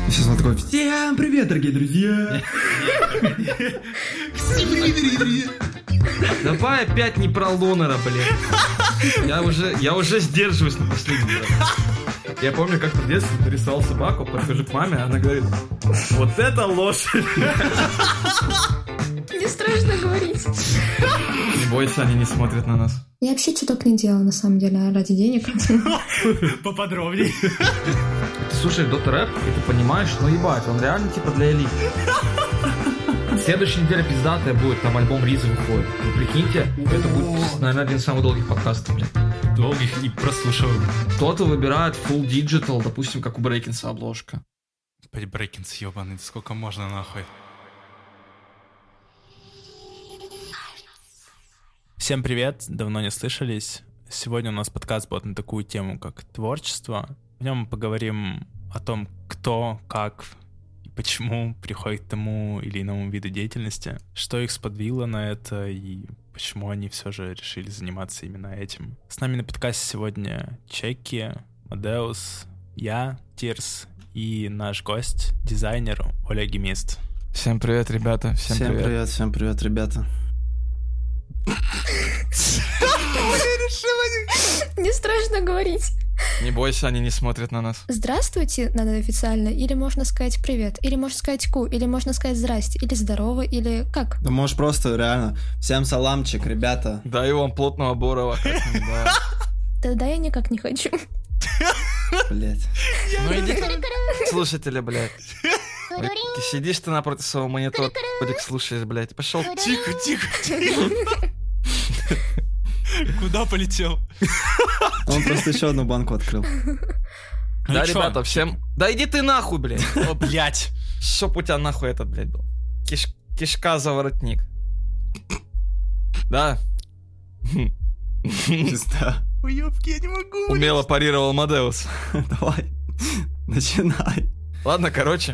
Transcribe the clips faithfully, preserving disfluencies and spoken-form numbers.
Сейчас он такой: всем привет, дорогие друзья! Всем привет, дорогие друзья! Давай опять не про Лонера, блин. Я уже, я уже сдерживаюсь на последний раз. Я помню, как-то в детстве нарисовал собаку, подхожу к маме, она говорит: вот это лошадь. Не страшно говорить. Не бойся, они не смотрят на нас. Я вообще чуток не делала, на самом деле, ради денег. Поподробнее. Ты слушаешь Дота Рэп, и ты понимаешь, ну ебать, он реально типа для элиты. Следующая неделя пиздатая будет, там альбом Риза выходит. Вы прикиньте, это будет, наверное, один из самых долгих подкастов, блин. Долгих и прослушиваем. Кто-то выбирает full digital, допустим, как у Брейкинса обложка. Брейкинс ебаный, сколько можно нахуй. Всем привет, давно не слышались. Сегодня у нас подкаст будет на такую тему, как творчество. В нем мы поговорим о том, кто, как и почему приходит к тому или иному виду деятельности, что их сподвигло на это и почему они все же решили заниматься именно этим. С нами на подкасте сегодня Чеки, Мадеус, я, Тирс и наш гость, дизайнер Оля Гемист. Всем привет, ребята. Всем, всем привет. привет, всем привет, ребята. Не страшно говорить. Не бойся, они не смотрят на нас. Здравствуйте, надо официально, или можно сказать привет, или можно сказать ку, или можно сказать здрасте, или здорово, или как? Да можешь просто реально. Всем саламчик, ребята. Дай вам плотного Борова. Тогда я никак не хочу. Блять. Ну иди, слушатели, блядь. Ты сидишь ты напротив своего монитора, будик слушаешь, блядь. Пошел. Тихо, тихо, тихо. Куда полетел? Он просто еще одну банку открыл. Да, ребята, всем... Да иди ты нахуй, блядь. О, блядь. Чтоб у тебя нахуй этот, блядь, был. Киш... Кишка за воротник. Да. Пизда. Уёбки, я не могу. Умело парировал Мадеус. Давай, начинай. Ладно, короче.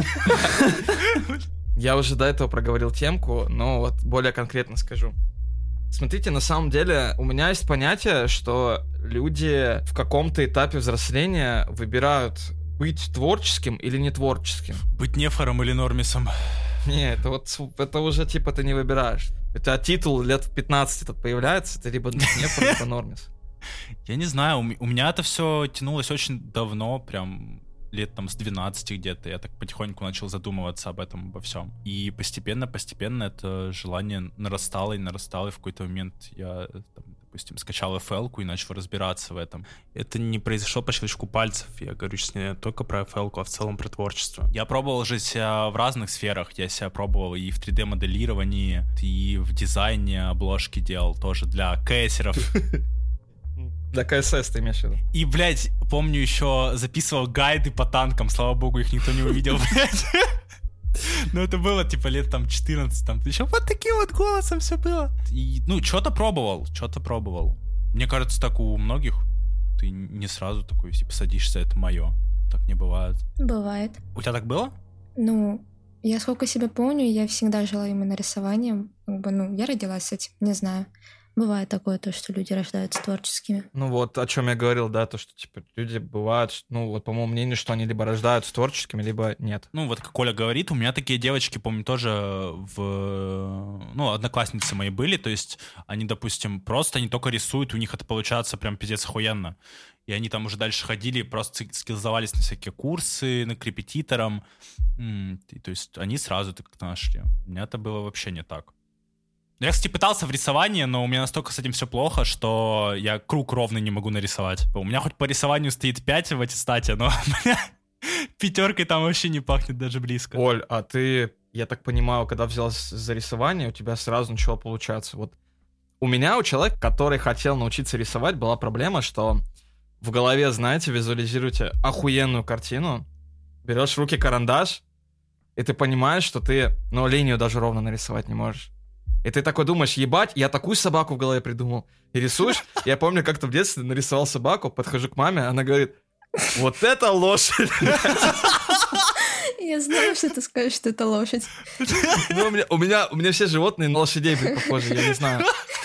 Я уже до этого проговорил темку, но вот более конкретно скажу. Смотрите, на самом деле у меня есть понятие, что люди в каком-то этапе взросления выбирают быть творческим или не творческим. Быть нефором или нормисом. Не, это вот это уже типа ты не выбираешь. Это титул лет в пятнадцать этот появляется, ты либо нефор, либо нормис. Я не знаю, у меня это все тянулось очень давно, прям лет там с двенадцати где-то. Я так потихоньку начал задумываться об этом, обо всем. И постепенно-постепенно это желание нарастало и нарастало, и в какой-то момент я, там, допустим, скачал эф эл-ку и начал разбираться в этом. Это не произошло по щелчку пальцев. Я говорю сейчас не только про эф эл-ку, а в целом про творчество. Я пробовал жить себя в разных сферах. Я себя пробовал и в три дэ-моделировании, и в дизайне обложки делал тоже для кэссеров. Для ка эс эс ты имеешь в виду? И, блядь, помню, еще записывал гайды по танкам, слава богу, их никто не увидел, блядь. Ну, это было, типа, лет там четырнадцать, там, еще вот таким вот голосом все было. И, ну, что-то пробовал, что-то пробовал. Мне кажется, так у многих ты не сразу такой, типа, садишься, это мое. Так не бывает. Бывает. У тебя так было? Ну, я сколько себя помню, я всегда жила именно рисованием. Как бы, ну, я родилась с этим, не знаю. Бывает такое, то, что люди рождаются творческими. Ну вот, о чем я говорил, да, то, что, типа, люди бывают, ну, вот, по моему мнению, что они либо рождаются творческими, либо нет. Ну, вот как Коля говорит, у меня такие девочки, помню, тоже в... Ну, одноклассницы мои были, то есть они, допустим, просто, они только рисуют, у них это получается прям пиздец охуенно. И они там уже дальше ходили, просто скилзовались на всякие курсы, на к репетиторам. И, то есть они сразу так нашли. У меня это было вообще не так. Я, кстати, пытался в рисовании, но у меня настолько с этим все плохо, что я круг ровный не могу нарисовать. У меня хоть по рисованию стоит пять в аттестате, но пятеркой там вообще не пахнет даже близко. Оль, а ты, я так понимаю, когда взялась за рисование, у тебя сразу начало получаться. Вот у меня, у человека, который хотел научиться рисовать, была проблема, что в голове, знаете, визуализируете охуенную картину, берешь в руки карандаш, и ты понимаешь, что ты, ну, линию даже ровно нарисовать не можешь. И ты такой думаешь, ебать, я такую собаку в голове придумал. И рисуешь. Я помню, как-то в детстве нарисовал собаку, подхожу к маме, она говорит: вот это лошадь. Я знала, что ты скажешь, что это лошадь. Ну, у меня, у меня, у меня все животные на лошадей были похожи, я не знаю.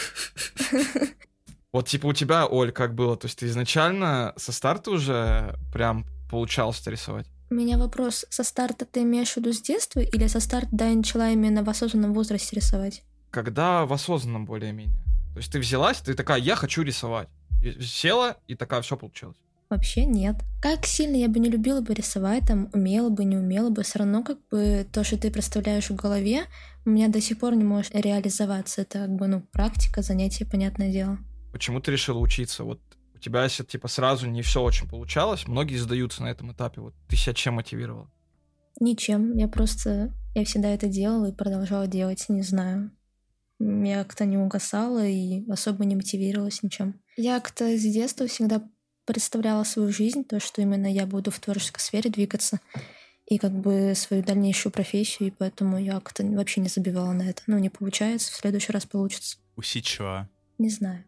Вот типа у тебя, Оль, как было? То есть ты изначально со старта уже прям получалось рисовать? У меня вопрос. Со старта ты имеешь в виду с детства или со старта, да, я начала именно в осознанном возрасте рисовать? Когда в осознанном более-менее. То есть ты взялась, ты такая, я хочу рисовать. И села, и такая, все получилось. Вообще нет. Как сильно я бы не любила бы рисовать, там, умела бы, не умела бы, все равно как бы то, что ты представляешь в голове, у меня до сих пор не может реализоваться. Это как бы, ну, практика, занятие, понятное дело. Почему ты решила учиться? Вот у тебя, если типа сразу не все очень получалось, многие сдаются на этом этапе. Вот ты себя чем мотивировала? Ничем. Я просто... Я всегда это делала и продолжала делать, не знаю. Я как-то не угасала и особо не мотивировалась ничем. Я как-то с детства всегда представляла свою жизнь, то, что именно я буду в творческой сфере двигаться, и как бы свою дальнейшую профессию, и поэтому я как-то вообще не забивала на это. Ну, не получается, в следующий раз получится. Усидчиво. Не знаю.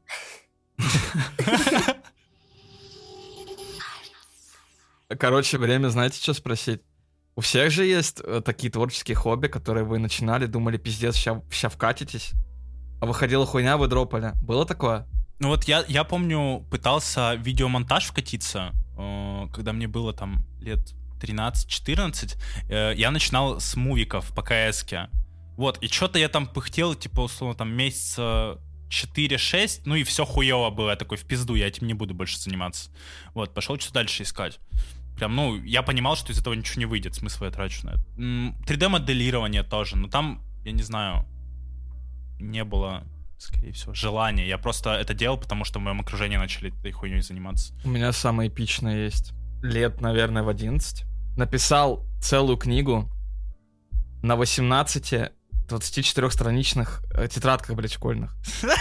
Короче, время, знаете, что спросить? У всех же есть э, такие творческие хобби, которые вы начинали, думали, пиздец, ща вкатитесь, а выходила хуйня, вы дропали. Было такое? Ну вот я, я помню, пытался в видеомонтаж вкатиться, э, когда мне было там лет тринадцать-четырнадцать. Э, я начинал с мувиков по КСке. Вот, и что-то я там пыхтел, типа, условно, там месяца четыре-шесть, ну и все хуево было. Я такой, в пизду, я этим не буду больше заниматься. Вот, пошел что-то дальше искать. Прям, ну, я понимал, что из этого ничего не выйдет, смысл я трачу на это. три дэ-моделирование тоже, но там, я не знаю, не было, скорее всего, желания. Я просто это делал, потому что в моем окружении начали этой хуйней заниматься. У меня самое эпичное есть. Лет, наверное, в одиннадцать. Написал целую книгу на восемнадцати двадцатичетырёхстраничных э, тетрадках, блядь, школьных.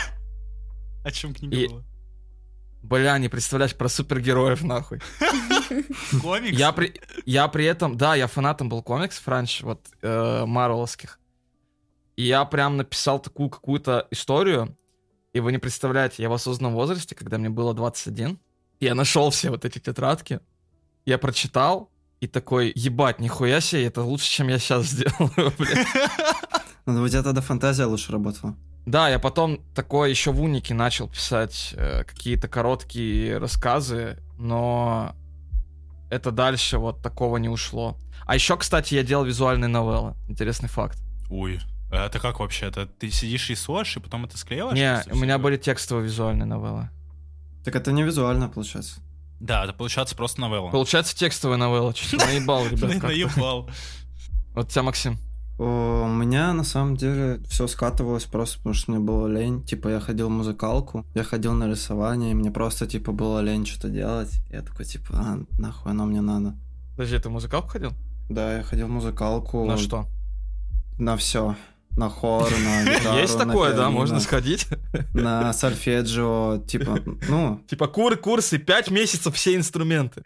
О чем книга И... была? Бля, не представляешь, про супергероев, нахуй. Комикс? Я при, я при этом, да, я фанатом был комиксов раньше, вот, э, марвеловских. И я прям написал такую какую-то историю, и вы не представляете, я в осознанном возрасте, когда мне было двадцать один, я нашел все вот эти тетрадки, я прочитал, и такой, ебать, нихуя себе, это лучше, чем я сейчас сделаю, блядь. Ну, у тебя тогда фантазия лучше работала. Да, я потом такое еще в унике начал писать э, какие-то короткие рассказы, но это дальше вот такого не ушло. А еще, кстати, я делал визуальные новеллы. Интересный факт. Ой, а это как вообще? Это ты сидишь рисуешь, и потом это склеиваешь? Не, у меня были текстовые визуальные новеллы. Так это не визуально, получается. Да, это получается просто новелла. Получается текстовая новелла. Чуть наебал, ребят, как-то. Наебал. Вот тебя, Максим. У меня на самом деле все скатывалось просто потому, что мне было лень. Типа я ходил в музыкалку, я ходил на рисование, и мне просто типа было лень что-то делать. Я такой типа, а, нахуй оно мне надо. Подожди, ты в музыкалку ходил? Да, я ходил в музыкалку. На что? На все. На хор, на гитару. Есть такое, да, можно сходить. На сольфеджио, типа, ну... Типа кур, курсы, пять месяцев, все инструменты.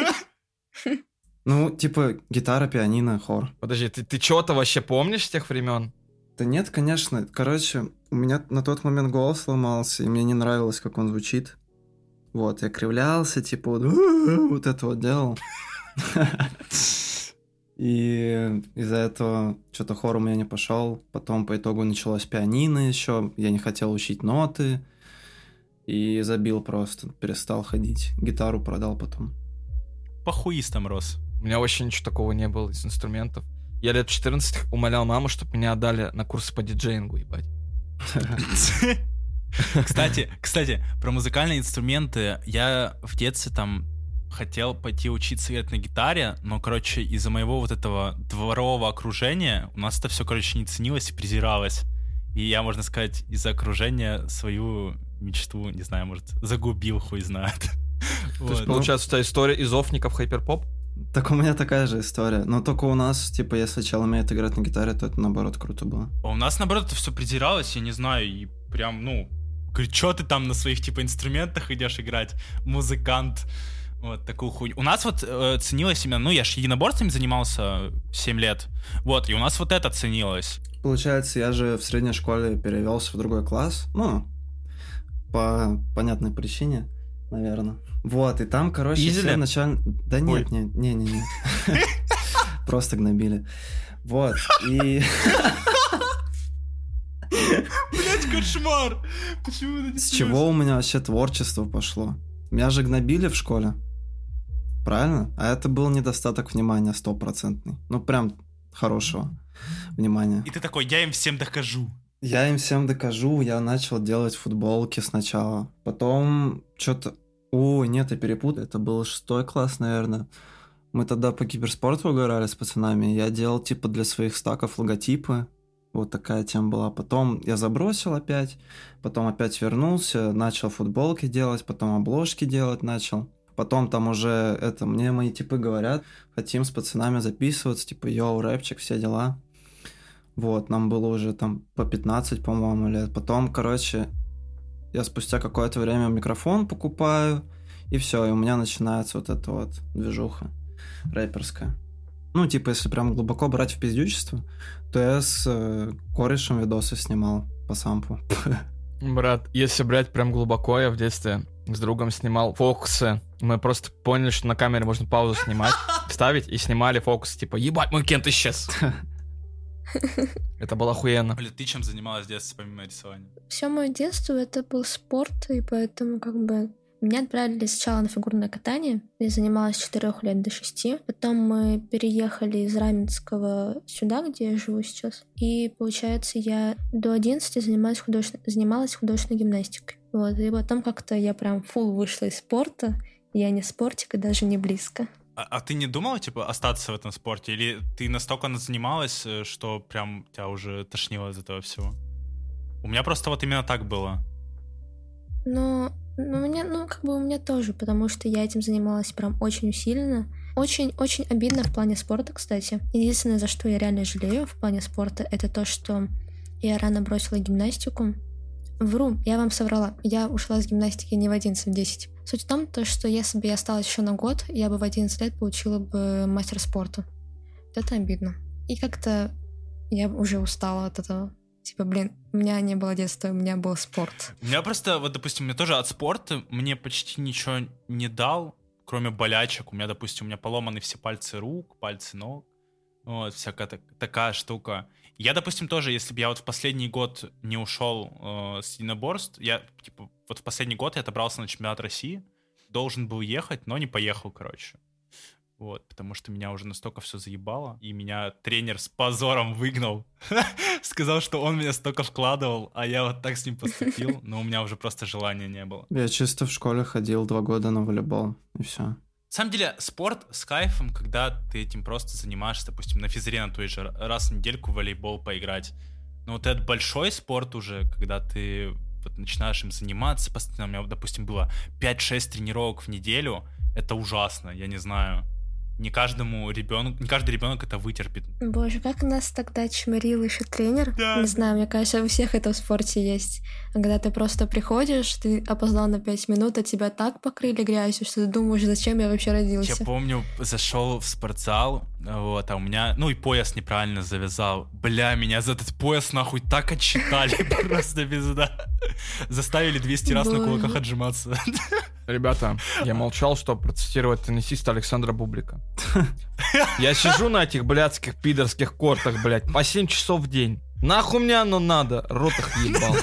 Ну, типа, гитара, пианино, хор. Подожди, ты, ты что-то вообще помнишь с тех времен? Да нет, конечно. Короче, у меня на тот момент голос сломался, и мне не нравилось, как он звучит. Вот, я кривлялся, типа, вот, вот это вот делал. И из-за этого что-то хор у меня не пошел. Потом по итогу началось пианино еще. Я не хотел учить ноты. И забил просто, перестал ходить. Гитару продал потом. Похуистом рос. У меня вообще ничего такого не было из инструментов. Я лет четырнадцать умолял маму, чтобы меня отдали на курсы по диджеингу, ебать. Кстати, кстати, про музыкальные инструменты. Я в детстве там хотел пойти учиться играть на гитаре, но, короче, из-за моего вот этого дворового окружения у нас это все, короче, не ценилось и презиралось. И я, можно сказать, из-за окружения свою мечту, не знаю, может, загубил, хуй знает. То есть, получается, у тебя история из офников хайперпоп? Так у меня такая же история. Но только у нас, типа, если чел умеет играть на гитаре, то это, наоборот, круто было. А у нас, наоборот, это все презиралось, я не знаю, и прям, ну, говорит, что ты там на своих, типа, инструментах идешь играть, музыкант, вот такую хуйню. У нас вот э, ценилось именно, ну, я ж единоборствами занимался семь лет, вот, и у нас вот это ценилось. Получается, я же в средней школе перевелся в другой класс, ну, по понятной причине, наверное. Вот, и там, короче, Изили? все начально... Да нет, Ой. нет, не, не, не. Просто гнобили. Вот, и... Блять, кошмар! Почему это не С чего у меня вообще творчество пошло? Меня же гнобили в школе. правильно? А это был недостаток внимания стопроцентный. Ну, прям хорошего внимания. И ты такой, я им всем докажу. Я им всем докажу, я начал делать футболки сначала. Потом что-то... Ой, нет, я перепутал. Это был шестой класс, наверное. Мы тогда по киберспорту угорали с пацанами. Я делал типа для своих стаков логотипы. Вот такая тема была. Потом я забросил опять. Потом опять вернулся. Начал футболки делать. Потом обложки делать начал. Потом там уже это... Мне мои типы говорят, хотим с пацанами записываться. Типа, йоу, рэпчик, все дела. Вот, нам было уже там по пятнадцать, по-моему, лет. Потом, короче, я спустя какое-то время микрофон покупаю, и все, и у меня начинается вот эта вот движуха рэперская. Ну, типа, если прям глубоко брать в пиздючество, то я с э, корешем видосы снимал по сампу. Брат, если брать прям глубоко, я в детстве с другом снимал фокусы. Мы просто поняли, что на камере можно паузу снимать, ставить, и снимали фокус, типа, ебать, мой Кент исчез. Это было охуенно. Блин, ты чем занималась в детстве, помимо рисования? Все мое детство это был спорт, и поэтому как бы меня отправили сначала на фигурное катание. Я занималась с четырёх лет до шести. Потом мы переехали из Раменского сюда, где я живу сейчас. И получается, я до одиннадцати занималась, художествен... занималась художественной гимнастикой. Вот. И потом как-то я прям фул вышла из спорта. Я не спортик и даже не близко. А, а ты не думала, типа, остаться в этом спорте? Или ты настолько занималась, что прям тебя уже тошнило из этого всего? У меня просто вот именно так было. Но ну, у меня, ну, как бы у меня тоже, потому что я этим занималась прям очень усиленно. Очень-очень обидно в плане спорта, кстати. Единственное, за что я реально жалею в плане спорта, это то, что я рано бросила гимнастику. Вру, я вам соврала. Я ушла с гимнастики не в одиннадцать, в десять. Суть в том, то, что если бы я осталась еще на год, я бы в одиннадцать лет получила бы мастер спорта. Вот это обидно. И как-то я уже устала от этого. Типа, блин, у меня не было детства, у меня был спорт. У меня просто, вот, допустим, мне тоже от спорта мне почти ничего не дал, кроме болячек. У меня, допустим, у меня поломаны все пальцы рук, пальцы ног. Вот, всякая так, такая штука. Я, допустим, тоже, если бы я вот в последний год не ушел э, с единоборств, я, типа, вот в последний год я отобрался на чемпионат России, должен был ехать, но не поехал, короче. Вот, потому что меня уже настолько все заебало, и меня тренер с позором выгнал. Сказал, что он меня столько вкладывал, а я вот так с ним поступил, но у меня уже просто желания не было. Я чисто в школе ходил два года на волейбол, и все. На самом деле, спорт с кайфом, когда ты этим просто занимаешься, допустим, на физре на той же, раз в недельку в волейбол поиграть. Но вот этот большой спорт уже, когда ты вот начинаешь им заниматься постоянно, у меня, допустим, было пять-шесть тренировок в неделю, это ужасно, я не знаю. Не каждому ребенку, не каждый ребенок это вытерпит. Боже, как нас тогда чморил еще тренер. Да. Не знаю, мне кажется, у всех это в спорте есть. А когда ты просто приходишь, ты опоздал на пять минут, а тебя так покрыли грязью, что ты думаешь, зачем я вообще родился. Я помню, зашел в спортзал, вот, а у меня, ну и пояс неправильно завязал. Бля, меня за этот пояс нахуй так отчитали, просто пизда. Заставили двести раз на кулаках отжиматься. Ребята, я молчал, чтобы процитировать теннисиста Александра Бублика. Я сижу на этих блядских пидорских кортах, блядь, по семь часов в день. Нахуй мне оно надо? Рот их ебал.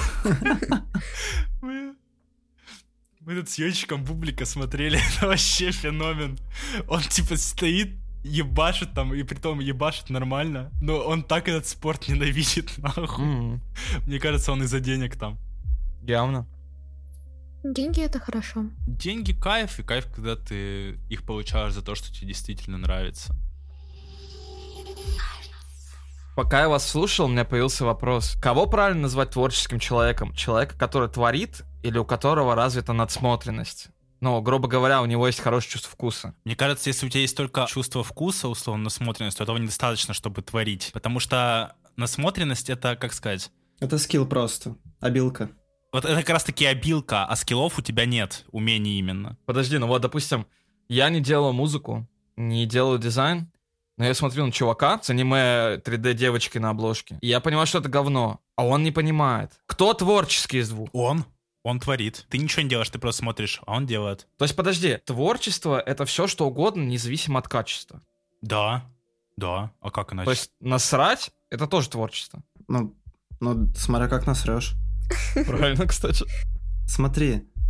Мы, мы тут с Ёнчиком Бублика смотрели, это вообще феномен. Он типа стоит, ебашит там, и притом ебашит нормально, но он так этот спорт ненавидит, нахуй. Mm-hmm. Мне кажется, он из-за денег там. Явно. Деньги — это хорошо. Деньги — кайф, и кайф, когда ты их получаешь за то, что тебе действительно нравится. Пока я вас слушал, у меня появился вопрос. Кого правильно назвать творческим человеком? Человека, который творит, или у которого развита надсмотренность? Ну, грубо говоря, у него есть хорошее чувство вкуса. Мне кажется, если у тебя есть только чувство вкуса, условно, насмотренность, то этого недостаточно, чтобы творить. Потому что насмотренность — это, как сказать... Это скилл просто, обилка. Вот это как раз-таки обилка, а скиллов у тебя нет, умений именно. Подожди, ну вот, допустим, я не делаю музыку, не делаю дизайн, но я смотрю на чувака с аниме три дэ-девочкой на обложке, и я понимаю, что это говно, а он не понимает. Кто творческий из двух? Он. Он творит. Ты ничего не делаешь, ты просто смотришь, а он делает. То есть, подожди, творчество — это все, что угодно, независимо от качества? Да, да. А как иначе? То есть насрать — это тоже творчество? Ну, ну смотря как насрешь. Правильно, кстати. Смотри,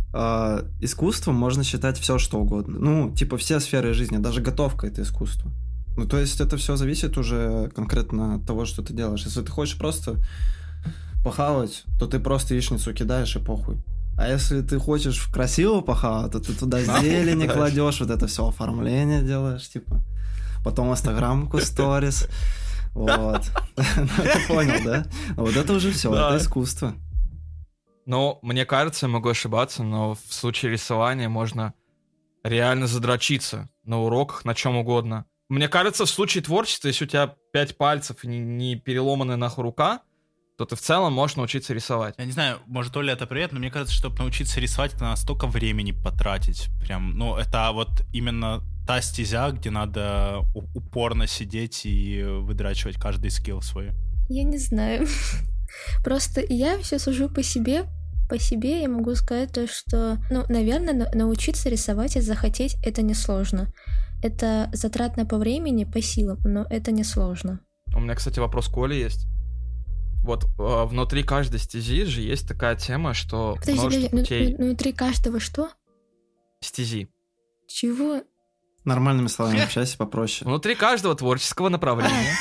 э, искусством можно считать все, что угодно. Ну, типа все сферы жизни, даже готовка — это искусство. Ну, то есть это все зависит уже конкретно от того, что ты делаешь. Если ты хочешь просто похавать, то ты просто яичницу кидаешь и похуй. А если ты хочешь красиво похавать, то ты туда зелени кладешь, вот это все оформление делаешь, типа. Потом инстаграмку, сторис. Вот. Ты понял, да? Вот это уже все, это искусство. Ну, мне кажется, я могу ошибаться, но в случае рисования можно реально задрочиться на уроках, на чем угодно. Мне кажется, в случае творчества, если у тебя пять пальцев и не, не переломанная нахуй рука, то ты в целом можешь научиться рисовать. Я не знаю, может, Оля это привет, но мне кажется, чтобы научиться рисовать, это надо столько времени потратить. Прям, ну, это вот именно та стезя, где надо упорно сидеть и выдрачивать каждый скилл свой. Я не знаю. Просто я все сужу по себе. По себе я могу сказать то, что, ну, наверное, научиться рисовать и захотеть — это несложно. Это затратно по времени, по силам, но это несложно. У меня, кстати, вопрос к Оле есть. Вот э, внутри каждой стези же есть такая тема, что Подожди, множество подожди, путей... ну, внутри каждого что? Стези. Чего? Нормальными словами общайся попроще. Внутри каждого творческого направления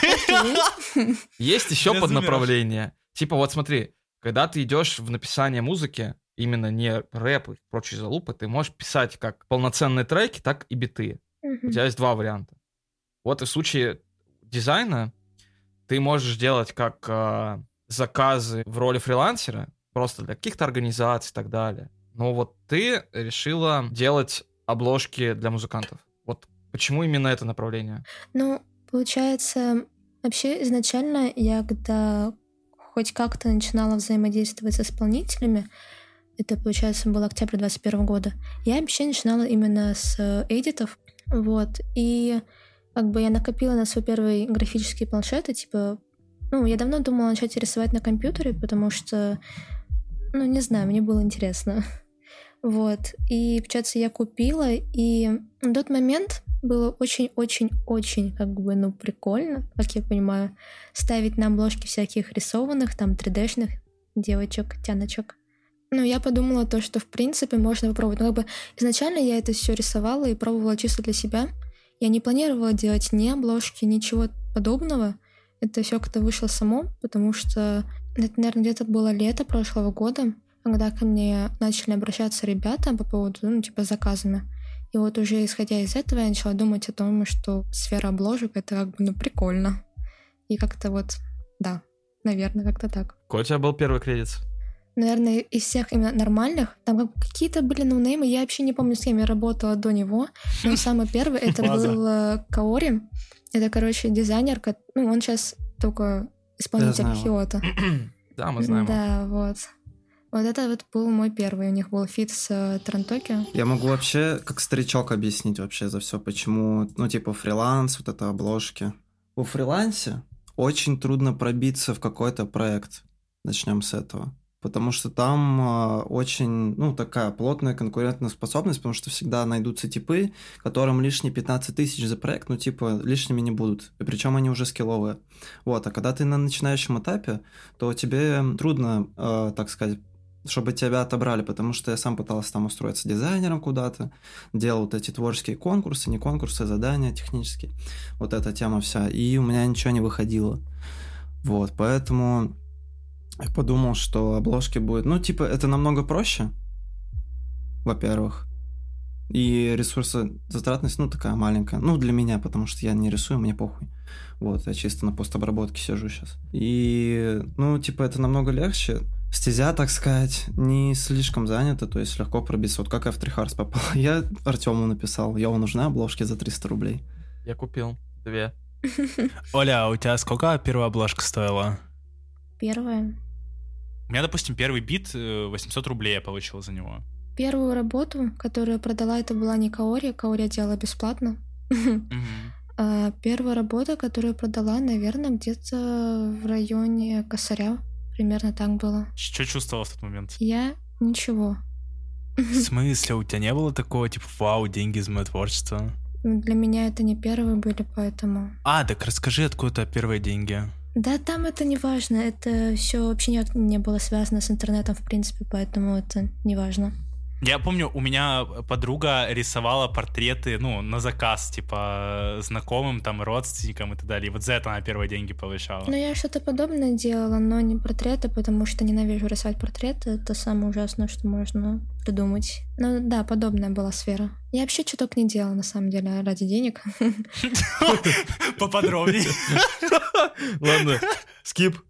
есть еще поднаправление. Типа вот смотри, когда ты идешь в написание музыки, именно не рэп и прочие залупы, ты можешь писать как полноценные треки, так и биты. У тебя есть два варианта. Вот и в случае дизайна ты можешь делать как э, заказы в роли фрилансера, просто для каких-то организаций и так далее. Но вот ты решила делать обложки для музыкантов. Вот почему именно это направление? Ну, получается, вообще изначально я когда хоть как-то начинала взаимодействовать с исполнителями, это, получается, был октябрь двадцать первого года, я вообще начинала именно с эдитов, вот, и как бы я накопила на свой первый графический планшет, и типа, ну, я давно думала начать рисовать на компьютере, потому что, ну, не знаю, мне было интересно. Вот. И, получается, я купила, и на тот момент было очень-очень-очень, как бы, ну, прикольно, как я понимаю, ставить на обложки всяких рисованных, там, три дэ-шных девочек, тяночек. Ну, я подумала то, что, в принципе, можно попробовать. Ну, как бы, изначально я это все рисовала и пробовала чисто для себя. Я не планировала делать ни обложки, ничего подобного. Это все как-то вышло само, потому что это, наверное, где-то было лето прошлого года, когда ко мне начали обращаться ребята по поводу, ну, типа, заказами. И вот уже исходя из этого я начала думать о том, что сфера обложек — это как бы, ну, прикольно. И как-то вот, да, наверное, как-то так. Какой у тебя был первый кредит? Наверное, из всех именно нормальных, там как какие-то были ноунеймы, я вообще не помню, с кем я работала до него, но самый первый это был Каори. Это, короче, дизайнер, ну, он сейчас только исполнитель Хиото. Да, мы знаем. Да, вот. Вот это вот был мой первый. У них был фит с Трантоки. Я могу вообще, как старичок, объяснить вообще за все, почему, ну, типа, фриланс, вот это обложки. У фрилансе очень трудно пробиться в какой-то проект. Начнем с этого. Потому что там э, очень, ну, такая плотная конкурентная способность, потому что всегда найдутся типы, которым лишние пятнадцать тысяч за проект, ну, типа, лишними не будут. И причем они уже скилловые. Вот, а когда ты на начинающем этапе, то тебе трудно, э, так сказать, чтобы тебя отобрали, потому что я сам пытался там устроиться дизайнером куда-то, делал вот эти творческие конкурсы, не конкурсы, задания технические, вот эта тема вся, и у меня ничего не выходило. Вот, поэтому... Я подумал, что обложки будет... Ну, типа, это намного проще, во-первых. И ресурсозатратность, ну, такая маленькая. Ну, для меня, потому что я не рисую, мне похуй. Вот, я чисто на постобработке сижу сейчас. И, ну, типа, это намного легче. Стезя, так сказать, не слишком занята, то есть легко пробиться. Вот как я в Трихарс попал. Я Артему написал, его нужны обложки за триста рублей. Я купил две. Оля, а у тебя сколько первая обложка стоила? Первая. У меня, допустим, первый бит восемьсот рублей я получил за него. Первую работу, которую продала, это была не Каори. Каори делала бесплатно. А первая работа, которую продала, наверное, где-то в районе Косаря. Примерно так было. Что чувствовала в тот момент? Я ничего. В смысле? У тебя не было такого, типа, вау, деньги из моего творчества? Для меня это не первые были, поэтому... А, так расскажи, откуда первые деньги. Да, там это не важно, это все вообще никак не было связано с интернетом, в принципе, поэтому это не важно. Я помню, у меня подруга рисовала портреты, ну, на заказ, типа, знакомым, там, родственникам и так далее. И вот за это она первые деньги получала. Ну, я что-то подобное делала, но не портреты, потому что ненавижу рисовать портреты. Это самое ужасное, что можно придумать. Ну, да, подобная была сфера. Я вообще что только не делала, на самом деле, ради денег. Поподробнее. Ладно, скип.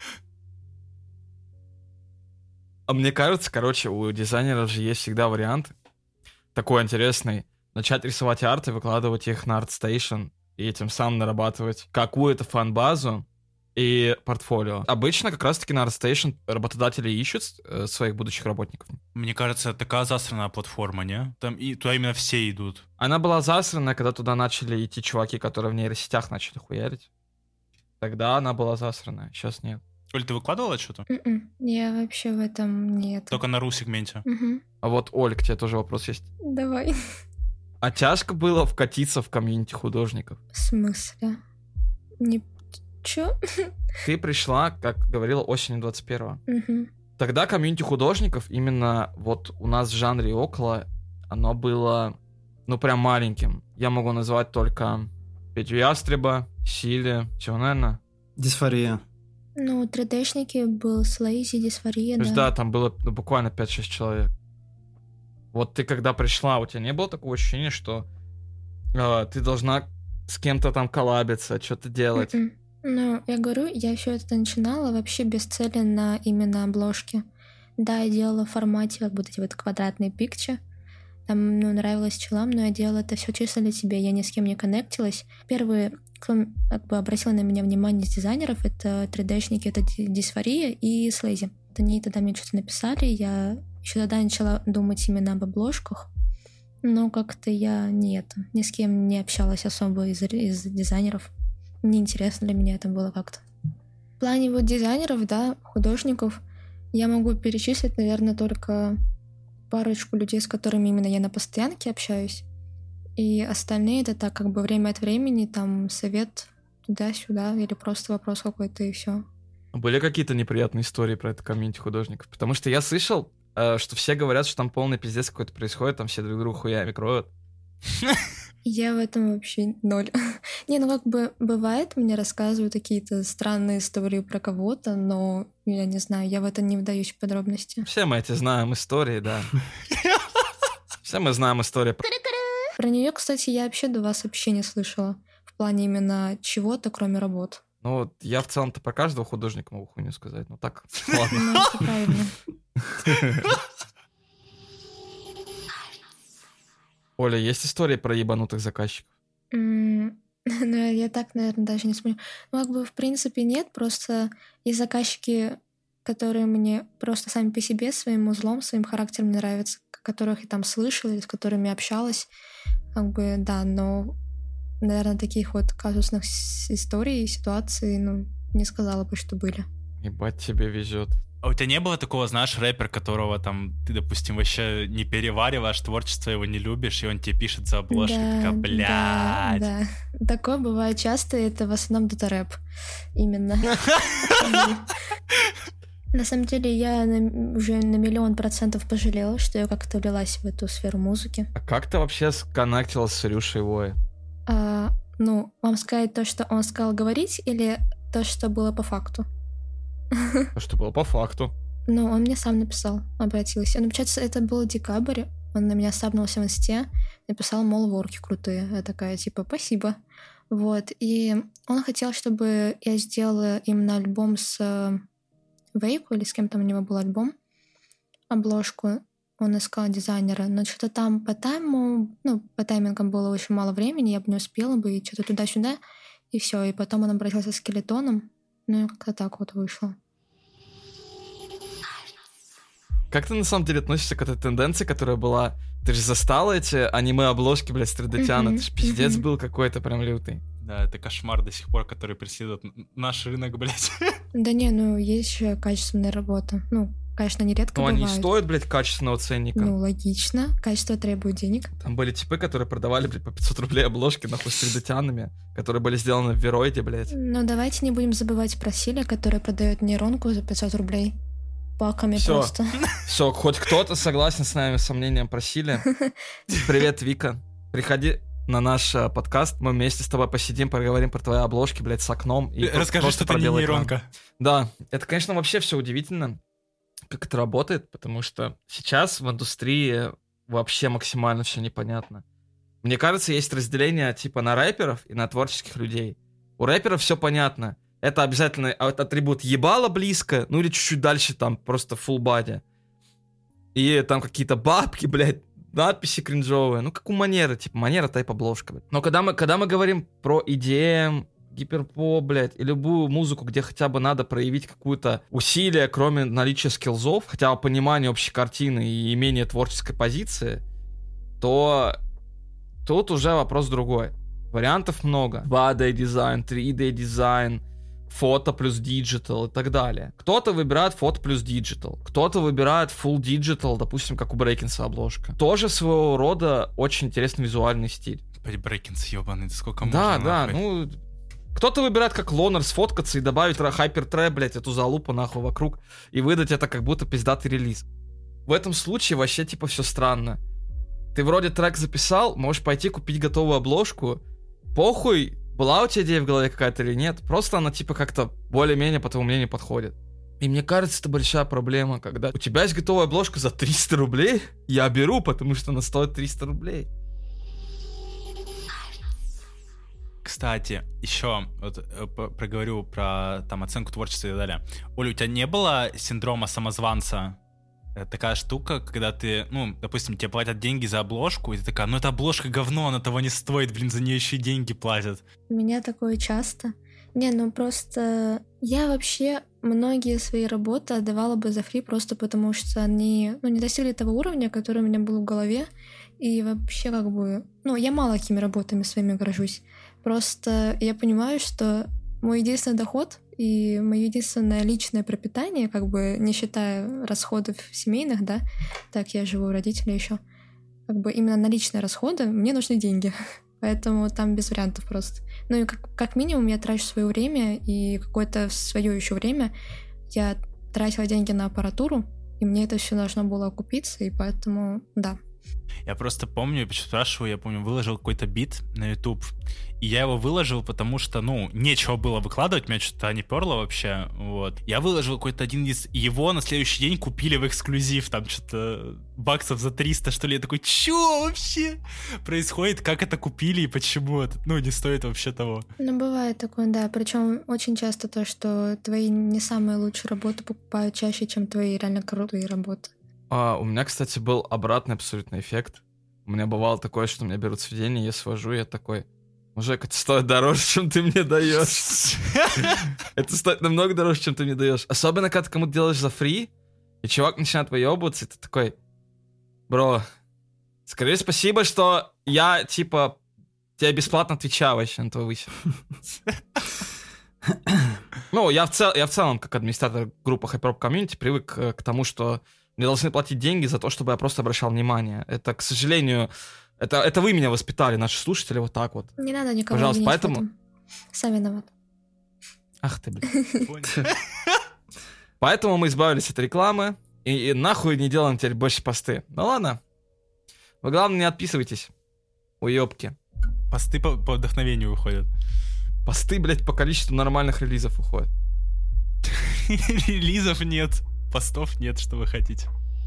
А мне кажется, короче, у дизайнеров же есть всегда вариант такой интересный. Начать рисовать арты, выкладывать их на ArtStation и этим самым нарабатывать какую-то фан-базу и портфолио. Обычно как раз-таки на ArtStation работодатели ищут э, своих будущих работников. Мне кажется, такая засранная платформа, не? Там и туда именно все идут. Она была засранная, когда туда начали идти чуваки, которые в нейросетях начали хуярить. Тогда она была засранная, сейчас нет. Оль, ты выкладывала что-то? Mm-mm. Я вообще в этом нет. Только на ру-сегменте. Угу. А вот, Оль, к тебе тоже вопрос есть. Давай. А тяжко было вкатиться в комьюнити художников? В смысле? Не... Чё? Ты пришла, как говорила, осенью двадцать первого. Угу. Тогда комьюнити художников именно вот у нас в жанре около, оно было, ну, прям маленьким. Я могу назвать только Петю Ястреба, Сили, чего, наверное? Дисфория. Ну, три дэ-шники был Слейзи, Дисфория, То есть, да. да, там было ну, буквально пять-шесть человек. Вот ты когда пришла, у тебя не было такого ощущения, что э, ты должна с кем-то там коллабиться, что-то делать? Mm-mm. Ну, я говорю, я все это начинала вообще без цели на именно обложке. Да, я делала в формате как будто эти вот квадратные пикчи. Там, ну, нравилось челам, но я делала это все чисто для себя, я ни с кем не коннектилась. Первые, кто как бы обратил на меня внимание из дизайнеров, это три дэ-шники, это Дисфория и Слейзи. Они тогда мне что-то написали, я еще тогда начала думать именно об обложках, но как-то я не это, ни с кем не общалась особо из, из дизайнеров. Неинтересно для меня это было как-то. В плане вот дизайнеров, да, художников, я могу перечислить, наверное, только парочку людей, с которыми именно я на постоянке общаюсь. И остальные это так как бы время от времени, там совет туда-сюда или просто вопрос какой-то и все. Были какие-то неприятные истории про это комьюнити художников? Потому что я слышал, э, что все говорят, что там полный пиздец какой-то происходит, там все друг друга хуями кроют. Я в этом вообще ноль. Не, ну как бы бывает, мне рассказывают какие-то странные истории про кого-то, но я не знаю, я в это не вдаюсь в подробности. Все мы эти знаем истории, да. Все мы знаем истории про... Про нее, кстати, я вообще до вас вообще не слышала. В плане именно чего-то, кроме работ. Ну вот я в целом-то про каждого художника могу хуйню сказать, ну так, ладно. Ну, это правильно. Оля, есть истории про ебанутых заказчиков? Mm, ну, я так, наверное, даже не вспомню. Ну, как бы, в принципе, нет. Просто есть заказчики, которые мне просто сами по себе, своим узлом, своим характером нравятся, которых я там слышала или с которыми общалась. Как бы, да, но, наверное, таких вот казусных историй, ситуаций, ну, не сказала бы, что были. Ебать, тебе везет. А у тебя не было такого, знаешь, рэпер, которого там ты, допустим, вообще не перевариваешь, творчество его не любишь, и он тебе пишет за обложки, да, такая, блядь. Да, да. Такое бывает часто, и это в основном дата-рэп. Именно. На самом деле, я уже на миллион процентов пожалела, что я как-то влилась в эту сферу музыки. А как ты вообще сконнектилась с Илюшей Вой? А, ну, вам сказать то, что он сказал говорить, или то, что было по факту? То, что было по факту. Ну, он мне сам написал, обратился. Ну, получается, это был декабрь, он на меня сабнулся в инсте, написал, мол, ворки крутые. Я такая, типа, спасибо. Вот, и он хотел, чтобы я сделала именно альбом с Вейку, или с кем там у него был альбом, обложку. Он искал дизайнера, но что-то там по тайму, ну, по таймингам было очень мало времени, я бы не успела бы, и что-то туда-сюда, и все. И потом он обратился с Скелетоном, ну, и как-то так вот вышло. Как ты на самом деле относишься к этой тенденции, которая была... Ты же застала эти аниме-обложки, блядь, Страдатяна, Mm-hmm. это ж пиздец Mm-hmm. был какой-то прям лютый. Да, это кошмар до сих пор, который преследует наш рынок, блядь. Да не, ну, есть же качественная работа. Ну, конечно, нередко Ну, они бывает. стоят, блядь, качественного ценника. Ну, логично. Качество требует денег. Там были типы, которые продавали, блядь, по пятьсот рублей обложки, нахуй, с Страдатянами, которые были сделаны в Вероиде, блядь. Но давайте не будем забывать про Силя, который продает нейронку за пятьсот рублей. паками Всё. просто. Все, хоть кто-то согласен с нами, сомнением просили. Привет, Вика. Приходи на наш э, подкаст, мы вместе с тобой посидим, поговорим про твои обложки, блядь, с окном. И Расскажи, просто что ты не проделай экран. нейронка. Да, это, конечно, вообще все удивительно, как это работает, потому что сейчас в индустрии вообще максимально все непонятно. Мне кажется, есть разделение типа на рэперов и на творческих людей. У рэперов все понятно. Это обязательно атрибут ебала близко, ну или чуть-чуть дальше там просто full body. И там какие-то бабки, блядь, надписи кринжовые. Ну, как у Манеры, типа Манера тайп обложка, блядь. Но когда мы, когда мы говорим про и ди эм, гиперпоп, блядь, и любую музыку, где хотя бы надо проявить какое-то усилие, кроме наличия скиллзов, хотя бы понимания общей картины и имения творческой позиции, то тут уже вопрос другой. Вариантов много. два дэ дизайн, три дэ дизайн, фото плюс диджитал и так далее. Кто-то выбирает фото плюс диджитал, кто-то выбирает full digital, допустим, как у Брейкинса обложка. Тоже своего рода очень интересный визуальный стиль. Брейкинс ебаный, сколько да, можно? Да, да, нахуй? ну... Кто-то выбирает как лонер сфоткаться и добавить хайпертрэп, блядь, эту залупу нахуй вокруг и выдать это как будто пиздатый релиз. В этом случае вообще типа все странно. Ты вроде трек записал, можешь пойти купить готовую обложку, похуй, была у тебя идея в голове какая-то или нет, просто она типа как-то более-менее по твоему мнению подходит. И мне кажется, это большая проблема, когда у тебя есть готовая обложка за триста рублей, я беру, потому что она стоит триста рублей. Кстати, еще вот э, п- проговорю про там оценку творчества и так далее. Оля, у тебя не было синдрома самозванца? Э, Такая штука, когда ты, ну, допустим, тебе платят деньги за обложку, и ты такая, ну это обложка говно, она того не стоит, блин, за нее еще и деньги платят. У меня такое часто. Не, ну просто я вообще многие свои работы отдавала бы за фри просто потому, что они, ну, не достигли того уровня, который у меня был в голове. И вообще как бы, ну, я мало какими работами своими горжусь. Просто я понимаю, что мой единственный доход и мое единственное личное пропитание, как бы не считая расходов семейных, да, так я живу у родителей еще, как бы именно на личные расходы мне нужны деньги. Поэтому там без вариантов просто. Ну и как, как минимум я трачу свое время, и какое-то свое еще время я тратила деньги на аппаратуру, и мне это все должно было окупиться, и поэтому, да. Я просто помню, почему спрашиваю, я помню, выложил какой-то бит на YouTube, и я его выложил, потому что, ну, нечего было выкладывать, меня что-то не перло вообще, вот. Я выложил какой-то один из, и его на следующий день купили в эксклюзив, там что-то баксов за триста, что ли. Я такой, чё вообще происходит, как это купили и почему это, ну, не стоит вообще того. Ну, бывает такое, да, причем очень часто то, что твои не самые лучшие работы покупают чаще, чем твои реально крутые работы. А, у меня, кстати, был обратный абсолютно эффект. У меня бывало такое, что меня берут сведения, я свожу, и я такой, мужик, это стоит дороже, чем ты мне даешь. Это стоит намного дороже, чем ты мне даешь. Особенно, когда ты кому-то делаешь за фри, и чувак начинает выебываться, и ты такой, бро, скажи спасибо, что я, типа, тебе бесплатно отвечаю вообще на твой высер. Ну, я в, цел, я в целом, как администратор группы Hyperpop Community, привык к, к тому, что мне должны платить деньги за то, чтобы я просто обращал внимание. Это, к сожалению, это, это вы меня воспитали, наши слушатели, вот так вот. Не надо никого Пожалуйста, винить поэтому... в этом. Сам виноват. Ах ты, блин. Поэтому мы избавились от рекламы, и, и нахуй не делаем теперь больше посты. Ну ладно. Вы, главное, не отписывайтесь. Уёбки. Посты по, по вдохновению выходят. Посты, блядь, по количеству нормальных релизов уходят. Релизов нет, постов нет, что вы хотите.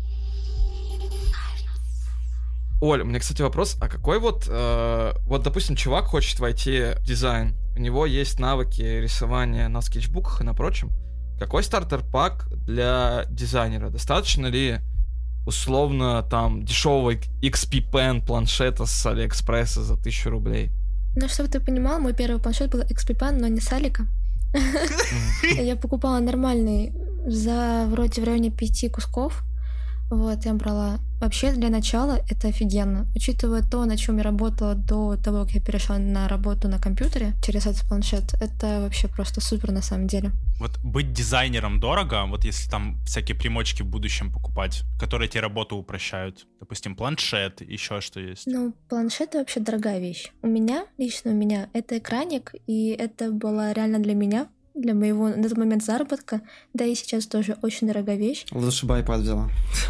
Оль, у меня, кстати, вопрос, а какой вот, э, вот, допустим, чувак хочет войти в дизайн, у него есть навыки рисования на скетчбуках и на прочем. Какой стартер-пак для дизайнера? Достаточно ли условно там дешевого икс пи Pen планшета с Алиэкспресса за тысячу рублей? Ну, чтобы ты понимал, мой первый планшет был икс пи Pen, но не с Алика. Я покупала нормальный за вроде в районе пяти кусков. Вот, я брала. Вообще, для начала это офигенно. Учитывая то, на чем я работала до того, как я перешла на работу на компьютере через этот планшет, это вообще просто супер на самом деле. Вот быть дизайнером дорого, вот если там всякие примочки в будущем покупать, которые тебе работу упрощают. Допустим, планшет, еще что есть. Ну, планшет вообще дорогая вещь. У меня, лично у меня, это экраник, и это была реально для меня для моего на тот момент заработка, да и сейчас тоже очень дорогая вещь. Лучше бы iPad взяла.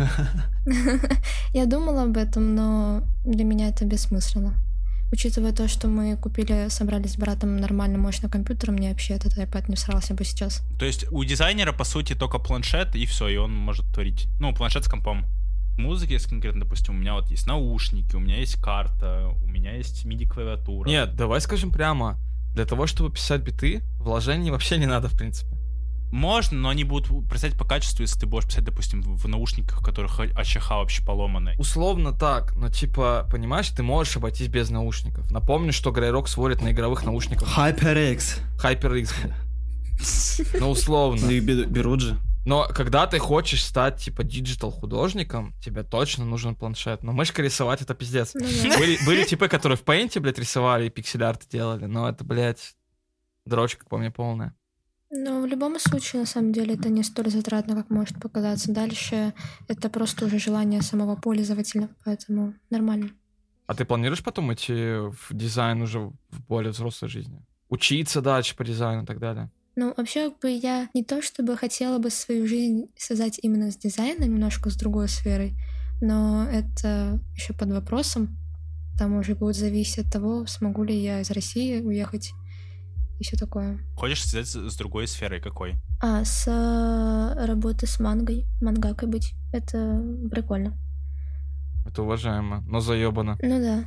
Я думала об этом, но для меня это бессмысленно. Учитывая то, что мы купили, собрались с братом нормально мощный компьютер, мне вообще этот iPad не всрался бы сейчас. То есть у дизайнера, по сути, только планшет, и все, и он может творить. Ну, планшет с компом. Музыки, если конкретно, допустим, у меня вот есть наушники, у меня есть карта, у меня есть миди-клавиатура. Нет, давай скажем прямо. Для того, чтобы писать биты, вложений вообще не надо, в принципе. Можно, но они будут представить по качеству, если ты будешь писать, допустим, в наушниках, у которых АЧХ вообще поломанные. Условно так, но типа, понимаешь, ты можешь обойтись без наушников. Напомню, что Greyrock сводит на игровых наушниках. HyperX. HyperX. Ну, условно. Их берут же. Но когда ты хочешь стать, типа, диджитал-художником, тебе точно нужен планшет. Но мышка рисовать — это пиздец. Ну, да. Были, были типы, которые в Paint, блядь, рисовали и пиксель-арт делали, но это, блядь, дрочка, по мне, полная. Но в любом случае, на самом деле, это не столь затратно, как может показаться. Дальше это просто уже желание самого пользователя, поэтому нормально. А ты планируешь потом идти в дизайн уже в более взрослой жизни? Учиться дальше по дизайну и так далее? Ну, вообще, как бы я не то чтобы хотела бы свою жизнь связать именно с дизайном, немножко с другой сферой, но это еще под вопросом. Там уже будет зависеть от того, смогу ли я из России уехать и все такое. Хочешь связать с другой сферой какой? А, с а, работы с мангой, мангакой быть. Это прикольно. Это уважаемо, но заебано. Ну да.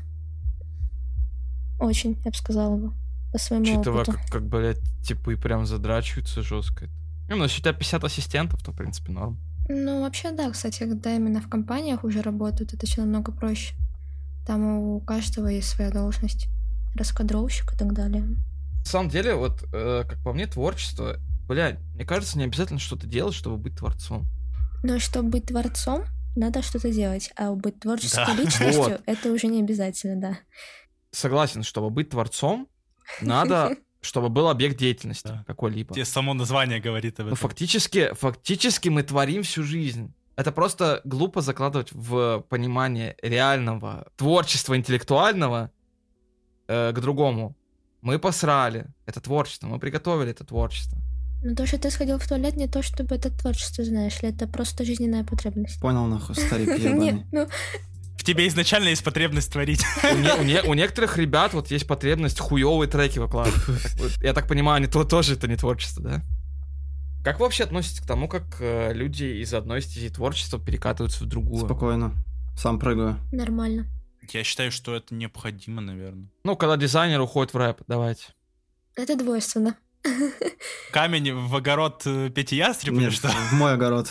Очень, я бы сказала бы. По своему Учитывая, опыту. как, как, блядь, типы прям задрачиваются жестко. Ну, если у тебя пятьдесят ассистентов, то, в принципе, норм. Ну, вообще, да, кстати, когда именно в компаниях уже работают, это все намного проще. Там у каждого есть своя должность. Раскадровщик и так далее. На самом деле, вот, э, как по мне, творчество, блядь, мне кажется, не обязательно что-то делать, чтобы быть творцом. Но чтобы быть творцом, надо что-то делать. А быть творческой Да. личностью, Вот. это уже не обязательно, да. Согласен, чтобы быть творцом, надо, чтобы был объект деятельности Да. какой-либо. Тебе само название говорит об Ну, этом. фактически, фактически мы творим всю жизнь. Это просто глупо закладывать в понимание реального творчества интеллектуального э, к другому. Мы посрали. Это творчество. Мы приготовили это творчество. Но то, что ты сходил в туалет, не то, чтобы это творчество, знаешь ли, это просто жизненная потребность. Понял, нахуй, старик Нет, ебаный. ну, В тебе изначально есть потребность творить. У, не- у не- у некоторых ребят вот есть потребность хуёвые треки выкладывать. Так вот, я так понимаю, они то, тоже это не творчество, да? Как вы вообще относитесь к тому, как э, люди из одной стези творчества перекатываются в другую? Спокойно. Сам прыгаю. нормально. Я считаю, что это необходимо, наверное. Ну, когда дизайнер уходит в рэп, давайте. Это двойственно. Камень в огород э, Пети Ястреба или Нет, что? в мой огород.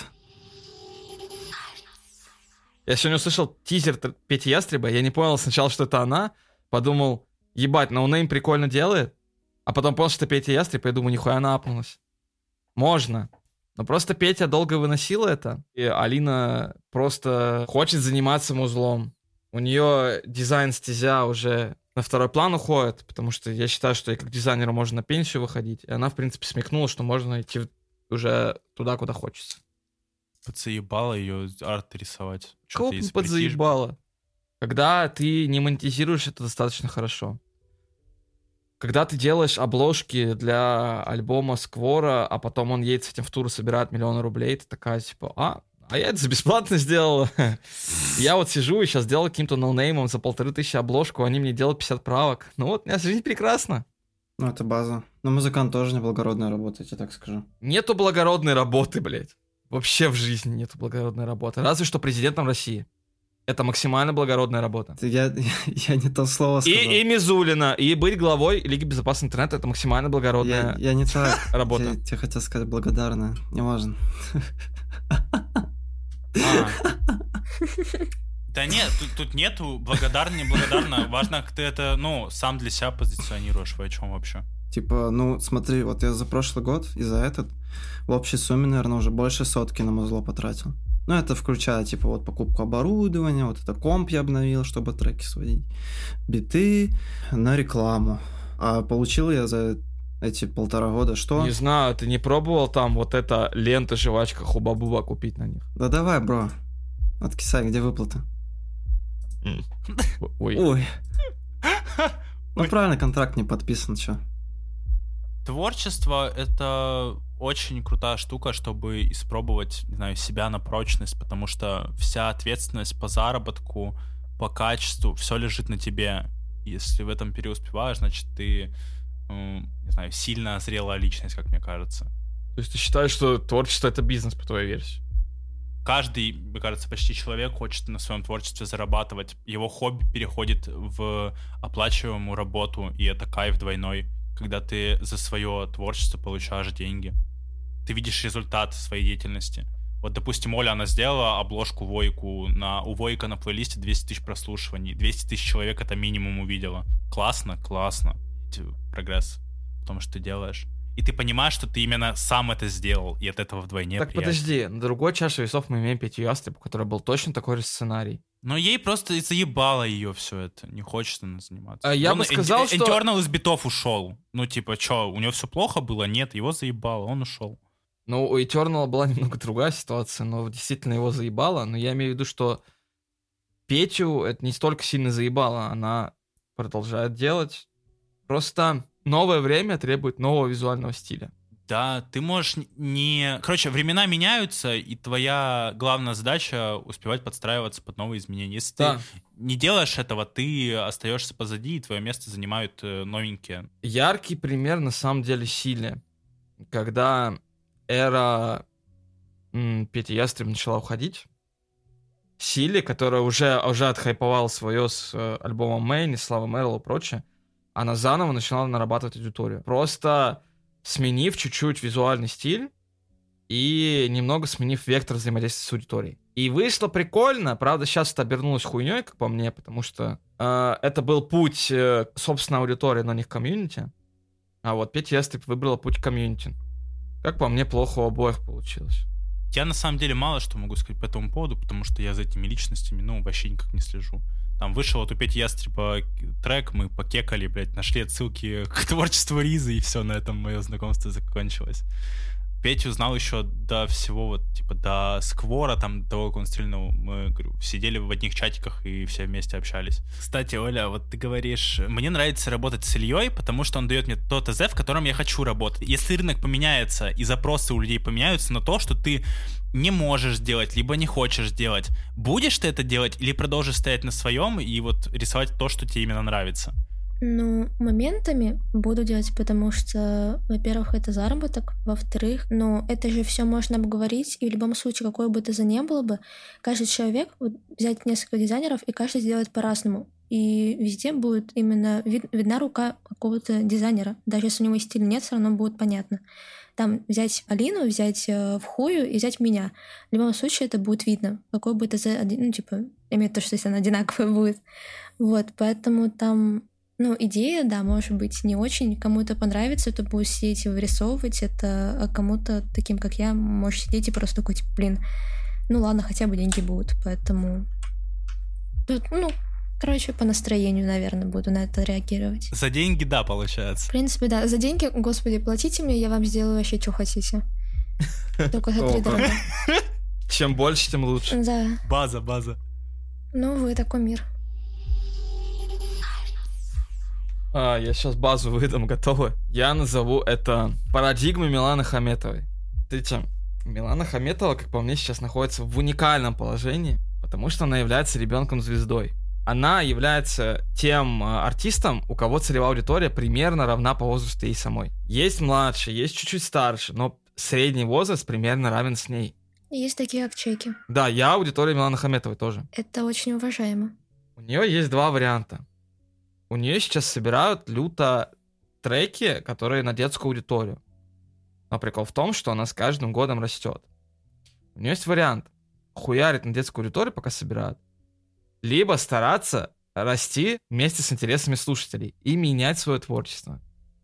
Я сегодня услышал тизер Т- Пети Ястреба, я не понял сначала, что это она, подумал, ебать, ноунейм прикольно делает, а потом понял, что это Петя Ястреб, и я думаю, нихуя она апнулась. Можно. Но просто Петя долго выносила это, и Алина просто хочет заниматься музлом. У нее дизайн-стезя уже на второй план уходит, потому что я считаю, что и как дизайнеру можно на пенсию выходить, и она, в принципе, смекнула, что можно идти в- уже туда, куда хочется. Подзаебало ее арт рисовать. Кого Что-то из подзаебало? Когда ты не монетизируешь это достаточно хорошо. Когда ты делаешь обложки для альбома Сквора, а потом он едет с этим в тур и собирает миллионы рублей, ты такая, типа, а, а я это за бесплатно сделала. Я вот сижу и сейчас делаю каким-то ноунеймом за полторы тысячи обложку, они мне делают пятьдесят правок. Ну вот, у меня жизнь прекрасна. Ну, это база. Но музыкант тоже неблагородная работа, я тебе так скажу. Нету благородной работы, блядь. Вообще в жизни нету благородной работы. Разве что президентом России. Это максимально благородная работа. Ты- Я, я не то слово сказал. И, и Мизулина, и быть главой Лиги безопасности интернета — это максимально благородная я, я не так. работа. Я тебе хотел сказать благодарная. Не важно. А. Да нет, тут, тут нету благодарно, неблагодарно. Важно, как ты это, ну, сам для себя позиционируешь. Вы о чем вообще? Типа, ну, смотри, вот я за прошлый год и за этот в общей сумме, наверное, уже больше сотки на музло потратил. Ну, это включая, типа, вот покупку оборудования, вот это комп я обновил, чтобы треки сводить, биты на рекламу. А получил я за эти полтора года что? Не знаю, ты не пробовал там вот это лента жвачка хуба-буба купить на них? Да давай, бро, откисай, где выплаты? Ой. Ой. Ну, правильно, контракт не подписан, чё? Творчество — это очень крутая штука, чтобы испробовать, не знаю, себя на прочность, потому что вся ответственность по заработку, по качеству, все лежит на тебе. Если в этом преуспеваешь, значит, ты, не знаю, сильно зрелая личность, как мне кажется. То есть ты считаешь, что творчество — это бизнес, по твоей версии? Каждый, мне кажется, почти человек хочет на своем творчестве зарабатывать. Его хобби переходит в оплачиваемую работу, и это кайф двойной, когда ты за свое творчество получаешь деньги. Ты видишь результат своей деятельности. Вот, допустим, Оля, она сделала обложку Войку. На, у Войка на плейлисте двести тысяч прослушиваний. двести тысяч человек это минимум увидела. Классно? Классно. Прогресс в том, что ты делаешь. И ты понимаешь, что ты именно сам это сделал, и от этого вдвойне Так приятнее. подожди, на другой чаше весов мы имеем Петю Ястреб, у которой был точно такой же сценарий. Но ей просто заебало ее все это. Не хочет она заниматься. А я он бы сказал, что... Internal из битов ушел. Ну, типа, что, у него все плохо было? Нет, его заебало, он ушел. Ну, у Eternal была немного другая ситуация, но действительно его заебало. Но я имею в виду, что Петю это не столько сильно заебало, она продолжает делать. Просто новое время требует нового визуального стиля. Да, ты можешь не... Короче, времена меняются, и твоя главная задача успевать подстраиваться под новые изменения. Если да. ты не делаешь этого, ты остаешься позади, и твое место занимают новенькие. Яркий пример на самом деле Силе. Когда эра м, Пети Ястреб начала уходить, Силе, которая уже, уже отхайповала свое с э, альбомом Мэйн, Слава Мэрил и прочее, она заново начинала нарабатывать аудиторию. Просто сменив чуть-чуть визуальный стиль и немного сменив вектор взаимодействия с аудиторией. И вышло прикольно, правда, сейчас это обернулось хуйней, как по мне, потому что э, это был путь, э, собственно, аудитории, но не к комьюнити. А вот Петя Ястреб выбрала путь к комьюнити. Как по мне, плохо у обоих получилось. Я на самом деле мало что могу сказать по этому поводу, потому что я за этими личностями, ну, вообще никак не слежу. Там вышел вот у Пети Ястреба трек, мы покекали, блядь, нашли отсылки к творчеству Ризы, и все, на этом мое знакомство закончилось. Петю узнал еще до всего, вот, типа, до Сквора, там, до того, как он стрельнул, мы, говорю, сидели в одних чатиках и все вместе общались. Кстати, Оля, вот ты говоришь, мне нравится работать с Ильей, потому что он дает мне то ТЗ, в котором я хочу работать. Если рынок поменяется и запросы у людей поменяются на то, что ты не можешь делать, либо не хочешь делать, будешь ты это делать или продолжишь стоять на своем и вот рисовать то, что тебе именно нравится? Ну, моментами буду делать, потому что, во-первых, это заработок, во-вторых, ну, это же все можно обговорить, и в любом случае, какой бы это ни было бы, каждый человек, вот, взять несколько дизайнеров, и каждый сделает по-разному. И везде будет именно вид- видна рука какого-то дизайнера. Даже если у него стиля нет, все равно будет понятно. Там взять Алину, взять э, в хую и взять меня. В любом случае это будет видно, какой бы это за... Ну, типа, имеет то, что если она одинаковая будет. Вот, поэтому там... Ну, идея, да, может быть, не очень. Кому-то понравится, это будет сидеть и вырисовывать это, а кому-то, таким как я, может сидеть и просто такой, типа, блин, ну ладно, хотя бы деньги будут. Поэтому, ну, короче, по настроению, наверное, буду на это реагировать. За деньги, да, получается. В принципе, да. За деньги, господи, платите мне, я вам сделаю вообще, что хотите. Только за три дорога. Чем больше, тем лучше. Да. База, база. Ну, вы такой мир. А, я сейчас базу выдам, готовы? Я назову это парадигмой Миланы Хаметовой. Смотрите, Милана Хаметова, как по мне, сейчас находится в уникальном положении, потому что она является ребенком-звездой. Она является тем артистом, у кого целевая аудитория примерно равна по возрасту ей самой. Есть младше, есть чуть-чуть старше, но средний возраст примерно равен с ней. Есть такие как чеки. Да, я аудитория Миланы Хаметовой тоже. Это очень уважаемо. У нее есть два варианта. У нее сейчас собирают люто треки, которые на детскую аудиторию. Но прикол в том, что она с каждым годом растет. У нее есть вариант хуярить на детскую аудиторию, пока собирают. Либо стараться расти вместе с интересами слушателей и менять свое творчество.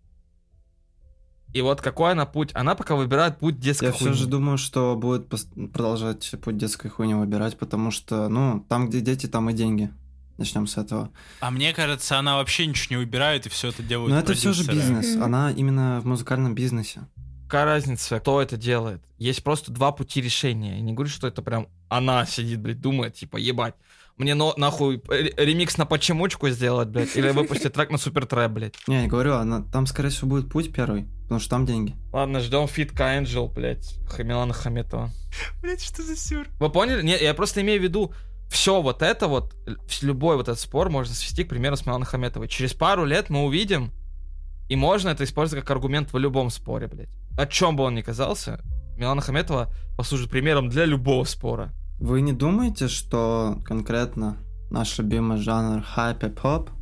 И вот какой она путь? Она пока выбирает путь детской Я хуйни. все же думаю, что будет продолжать путь детской хуйни выбирать, потому что, ну, там, где дети, там и деньги. Начнем с этого. А мне кажется, она вообще ничего не выбирает и все это делает. Но это все же бизнес. Mm-hmm. Она именно в музыкальном бизнесе. Какая разница, кто это делает? Есть просто два пути решения. Я не говорю, что это прям она сидит, блядь, думает, типа, ебать, мне но, нахуй ремикс на почемучку сделать, блядь, или выпустить трек на супертрэп, блядь. Не, я не говорю, она, там, скорее всего, будет путь первый, Потому что там деньги. Ладно, ждем фит К-Энджел, блядь, Милана Хаметова. Блядь, что за сюр? Вы поняли? Нет, я просто имею в виду, все вот это вот, любой вот этот спор можно свести, к примеру, с Миланой Хаметовой. Через пару лет мы увидим, и можно это использовать как аргумент в любом споре, блядь. О чем бы он ни казался, Милана Хаметова послужит примером для любого спора. Вы не думаете, что конкретно наш любимый жанр хайп-поп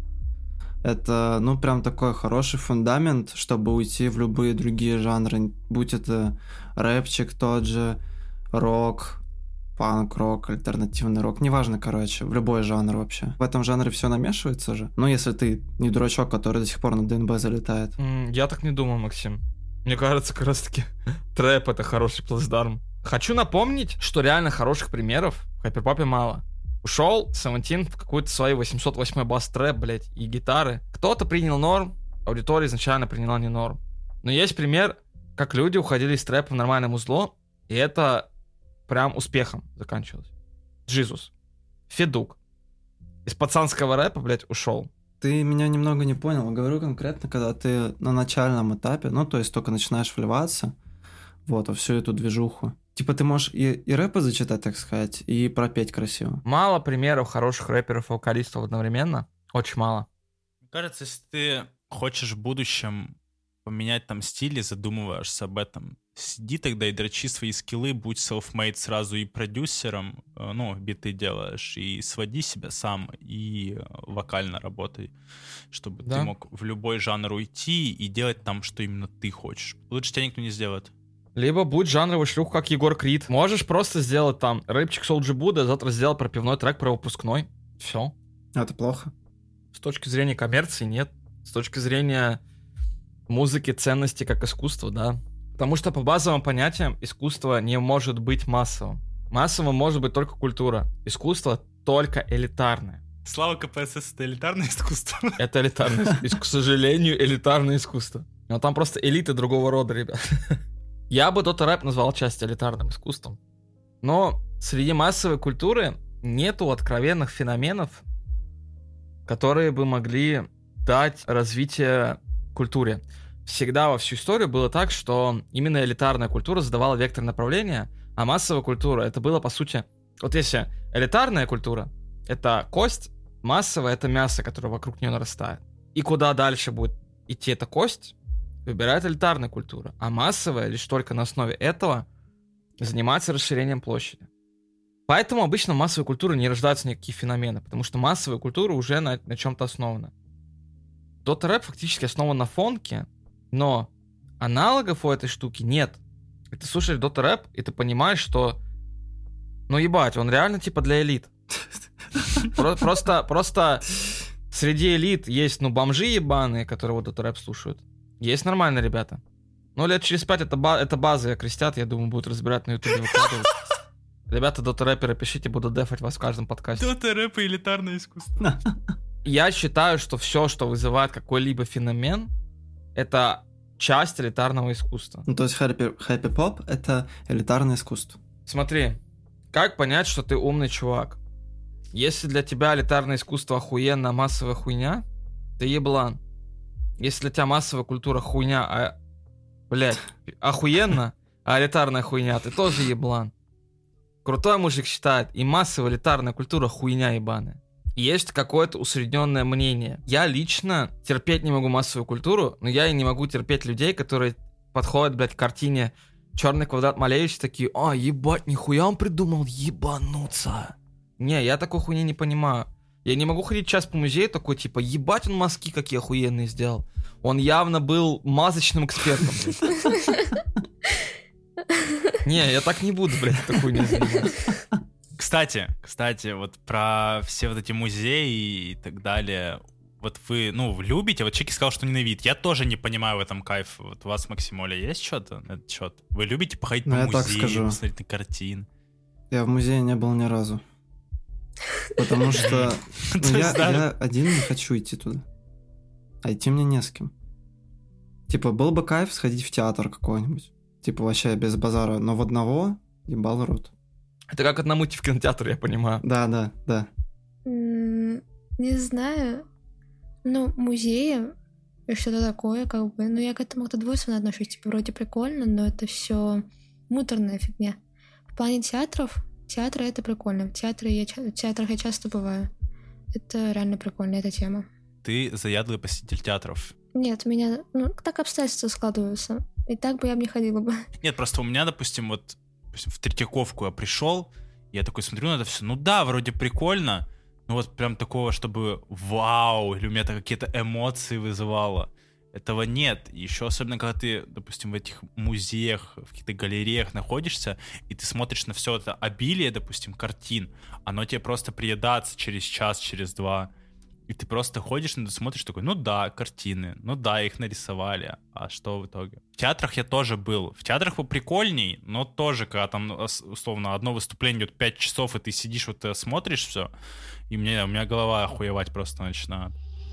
это, ну, прям такой хороший фундамент, чтобы уйти в любые другие жанры, будь это рэпчик тот же, рок, панк-рок, альтернативный рок, неважно, короче, в любой жанр вообще. В этом жанре все намешивается же. Ну, если ты не дурачок, который до сих пор на ДНБ залетает. Mm, я так не думаю, Максим. Мне кажется, как раз-таки трэп — это хороший плацдарм. Хочу напомнить, что реально хороших примеров в хайперпопе мало. Ушел Севентин в какую-то свою восемьсот восьмой бас-трэп, блядь, и гитары. Кто-то принял норм, аудитория изначально приняла не норм. Но есть пример, как люди уходили из трэпа в нормальное музло, и это прям успехом заканчивалось. Джизус. Федук. Из пацанского рэпа, блядь, ушел. Ты меня немного не понял. Говорю конкретно, когда ты на начальном этапе, ну, то есть только начинаешь вливаться, вот, во всю эту движуху. Типа ты можешь и, и рэпы зачитать, так сказать, и пропеть красиво. Мало примеров хороших рэперов и вокалистов одновременно. Очень мало. Мне кажется, если ты хочешь в будущем поменять там стиль и задумываешься об этом, сиди тогда и дрочи свои скиллы, будь self-made сразу и продюсером, ну, биты делаешь, и своди себя сам, и вокально работай, чтобы да. ты мог в любой жанр уйти и делать там, что именно ты хочешь. Лучше тебя никто не сделает. Либо будь жанровый шлюх, как Егор Крид. Можешь просто сделать там рэпчик Soulja Buddha, завтра сделать пропивной трек про выпускной. Все. Это плохо? С точки зрения коммерции нет. С точки зрения музыки, ценности как искусство, да. Потому что по базовым понятиям искусство не может быть массовым. Массовым может быть только культура. Искусство только элитарное. Слава КПСС — это элитарное искусство. Это элитарное искусство. К сожалению, элитарное искусство. Но там просто элиты другого рода, ребят. Я бы Дота Рэп назвал часть элитарным искусством. Но среди массовой культуры нету откровенных феноменов, которые бы могли дать развитие культуре. Всегда во всю историю было так, что именно элитарная культура задавала вектор направления, а массовая культура — это было, по сути... Вот если элитарная культура — это кость, массовая — это мясо, которое вокруг нее нарастает. И куда дальше будет идти эта кость, выбирает элитарная культура, а массовая лишь только на основе этого занимается расширением площади. Поэтому обычно в массовой культуре не рождаются никакие феномены, потому что массовая культура уже на, на чем-то основана. Дота Рэп фактически основан на фонке, но аналогов у этой штуки нет. И ты слушаешь Дота Рэп, и ты понимаешь, что ну ебать, он реально типа для элит. Просто, просто среди элит есть, ну, бомжи ебаные, которые вот Дота Рэп слушают. Есть нормальные ребята. Ну, лет через пять это, ба- это базы крестят, я думаю, будут разбирать на ютубе, выкладывать. Ребята, дота-рэперы, пишите, буду дефать вас в каждом подкасте. Дота-рэп и элитарное искусство. Я считаю, что все, что вызывает какой-либо феномен, это часть элитарного искусства. Ну, то есть хэппи-поп — это элитарное искусство. Смотри, как понять, что ты умный чувак? Если для тебя элитарное искусство охуенно, массовая хуйня, ты еблан. Если для тебя массовая культура хуйня, а, блядь, охуенно, а элитарная хуйня, ты тоже еблан. Крутой мужик считает, и массовая элитарная культура хуйня ебаная. Есть какое-то усредненное мнение. Я лично терпеть не могу массовую культуру, но я и не могу терпеть людей, которые подходят, блядь, к картине «Черный квадрат Малевич», такие: «А, ебать, нихуя он придумал, ебануться». Не, я такой хуйни не понимаю. Я не могу ходить час по музею такой, типа, ебать он мазки какие охуенные сделал. Он явно был масочным экспертом, блядь. Не, я так не буду, блядь, такую не заниматься. Кстати, кстати, вот про все вот эти музеи и так далее. Вот вы, ну, вы любите, вот Чики сказал, что ненавидит. Я тоже не понимаю в этом кайф. Вот у вас, Максим, Оля, есть что-то на этот счет? Вы любите походить ну, по музею, посмотреть на картин? Я в музее не был ни разу. Потому что ну, я, я один не хочу идти туда. А идти мне не с кем. Типа, был бы кайф сходить в театр какой-нибудь. Типа, вообще без базара. Но в одного ебал рот. Это как одному идти в кинотеатр, я понимаю. Да, да, да. Не знаю. Ну, музеи и что-то такое, как бы. Ну, я к этому как-то двойственно отношусь, типа, вроде прикольно, но это все муторная фигня. В плане театров, театры — это прикольно. В, театре я, в театрах я часто бываю. Это реально прикольно, эта тема. Ты заядлый посетитель театров? Нет, у меня, ну, так обстоятельства складываются. И так бы я бы не ходила бы. Нет, просто у меня, допустим, вот допустим, в Третьяковку я пришел, я такой смотрю на это все, ну да, вроде прикольно, но вот прям такого, чтобы вау, или у меня какие-то эмоции вызывало, этого нет. Еще особенно, когда ты, допустим, в этих музеях, в каких-то галереях находишься, и ты смотришь на все это обилие, допустим, картин, оно тебе просто приедается через час, через два. И ты просто ходишь, и ты смотришь такой, ну да, картины, ну да, их нарисовали, а что в итоге? В театрах я тоже был. В театрах поприкольней, но тоже, когда там, условно, одно выступление идет пять часов, и ты сидишь, вот ты смотришь все, и мне, у меня голова охуевать просто начинает.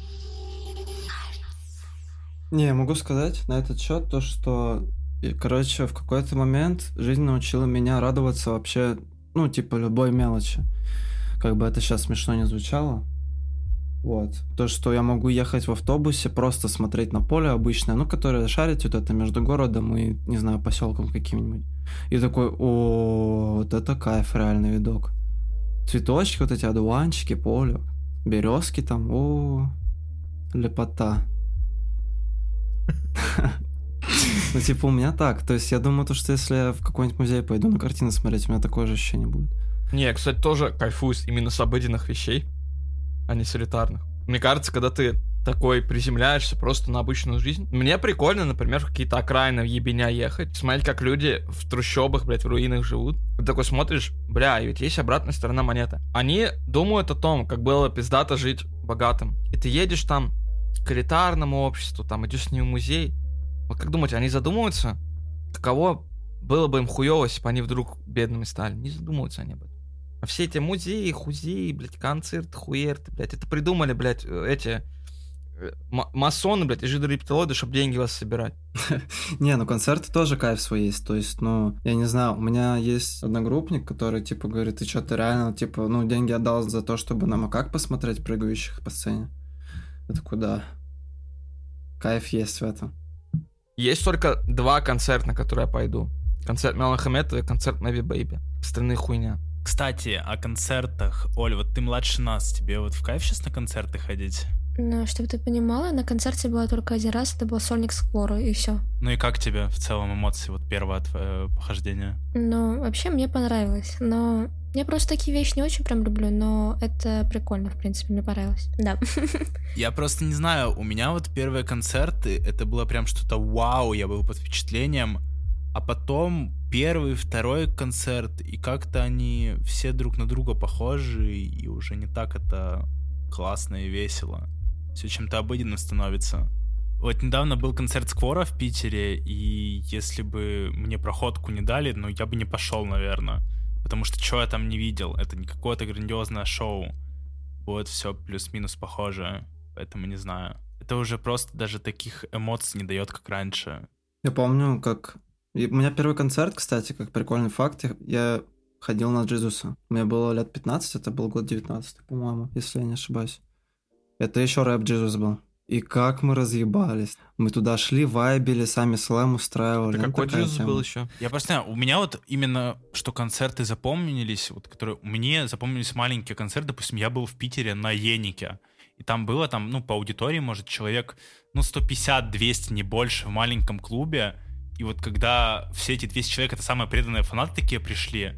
Не, я могу сказать на этот счет то, что, короче, в какой-то момент жизнь научила меня радоваться вообще, ну, типа, любой мелочи. Как бы это сейчас смешно не звучало. Вот. То, что я могу ехать в автобусе, просто смотреть на поле обычное, ну, которое шарит вот это между городом и, не знаю, поселком каким-нибудь. И такой, о, вот это кайф, реальный видок. Цветочки, вот эти одуванчики, поле, березки там, о, лепота. Ну, типа, у меня так. То есть я думаю, то, что если я в какой-нибудь музей пойду на картины смотреть, у меня такое же ощущение будет. Не, я, кстати, тоже кайфую именно с обыденных вещей, а не с элитарных. Мне кажется, когда ты такой приземляешься просто на обычную жизнь. Мне прикольно, например, в какие-то окраины в ебеня ехать, смотреть, как люди в трущобах, блядь, в руинах живут. Ты такой смотришь, бля, и ведь есть обратная сторона монеты. Они думают о том, как было пиздато жить богатым. И ты едешь там к элитарному обществу, там идешь с ним в музей. Вот как думаете, они задумываются, каково было бы им хуёво, если бы они вдруг бедными стали? Не задумываются они об этом. А все эти музеи, хузеи, блядь, концерты, хуерты, блядь, это придумали, блядь, эти м- масоны, блядь, и жидорептилоиды, чтобы деньги вас собирать. Не, ну концерты тоже кайф свой есть. То есть, ну, я не знаю, у меня есть одногруппник, который, типа, говорит, ты что, ты реально, типа, ну, деньги отдал за то, чтобы на макак посмотреть, прыгающих по сцене? Я такой, да. Кайф есть в этом. Есть только два концерта, на которые я пойду. Концерт Мелана Хаметова и концерт Нэви Бэйби. Остальные хуйня. Кстати, о концертах. Оль, вот ты младше нас, тебе вот в кайф сейчас на концерты ходить? Ну, чтобы ты понимала, на концерте была только один раз, это был сольник Склора, и все. Ну и как тебе в целом эмоции, вот первое твое похождение? Ну, вообще мне понравилось, но я просто такие вещи не очень прям люблю, но это прикольно, в принципе, мне понравилось, да. Я просто не знаю, у меня вот первые концерты, это было прям что-то вау, я был под впечатлением, а потом первый, второй концерт, и как-то они все друг на друга похожи, и уже не так это классно и весело. Все чем-то обыденным становится. Вот недавно был концерт Сквора в Питере, и если бы мне проходку не дали, ну, я бы не пошел, наверное. Потому что что я там не видел? Это не какое-то грандиозное шоу. Вот все плюс-минус похоже. Поэтому не знаю. Это уже просто даже таких эмоций не дает, как раньше. Я помню, как... И у меня первый концерт, кстати, как прикольный факт, я ходил на Джизуса. Мне было лет пятнадцать, это был год девятнадцатый, по-моему, если я не ошибаюсь. Это еще рэп Джизус был. И как мы разъебались. Мы туда шли, вайбили, сами слэм устраивали. Это ну, какой Джизус тема. был еще? Я просто знаю, у меня вот именно, что концерты запомнились, вот которые мне запомнились маленькие концерты, допустим, я был в Питере на Енике, и там было, там, ну, по аудитории, может, человек, ну, сто пятьдесят - двести, не больше, в маленьком клубе, и вот когда все эти двести человек, это самые преданные фанаты такие пришли,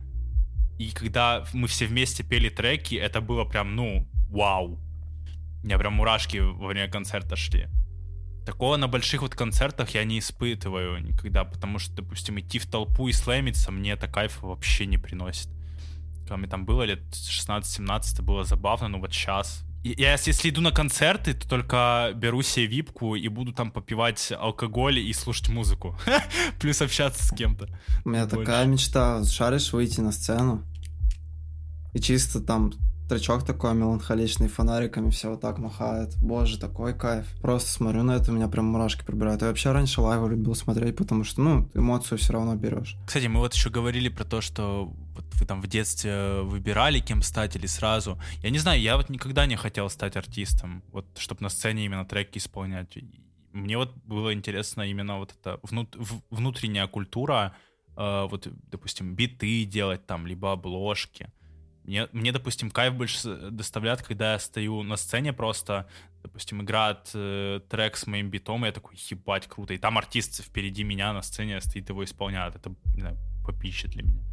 и когда мы все вместе пели треки, это было прям, ну, вау. У меня прям мурашки во время концерта шли. Такого на больших вот концертах я не испытываю никогда, потому что, допустим, идти в толпу и слэмиться мне это кайфа вообще не приносит. Когда мне там было лет шестнадцать-семнадцать, это было забавно, но вот сейчас... Я если иду на концерты, то только беру себе випку и буду там попивать алкоголь и слушать музыку. Плюс общаться с кем-то. У меня Больше. такая мечта, шаришь, выйти на сцену и чисто там тречок такой меланхоличный, фонариками все вот так махает. Боже, такой кайф. Просто смотрю на это, меня прям мурашки пробирают. Я вообще раньше лайвы любил смотреть, потому что, ну, эмоцию все равно берешь. Кстати, мы вот еще говорили про то, что вот вы там в детстве выбирали, кем стать или сразу. Я не знаю, я вот никогда не хотел стать артистом, вот, чтобы на сцене именно треки исполнять. мне вот было интересно именно вот эта внут- внутренняя культура, э, вот, допустим, биты делать там, либо обложки. Мне, мне, допустим, кайф больше доставляет, когда я стою на сцене просто, допустим, играет э, трек с моим битом, и я такой, ебать, круто. И там артист впереди меня на сцене стоит, его исполняет. Это, не знаю, попище для меня.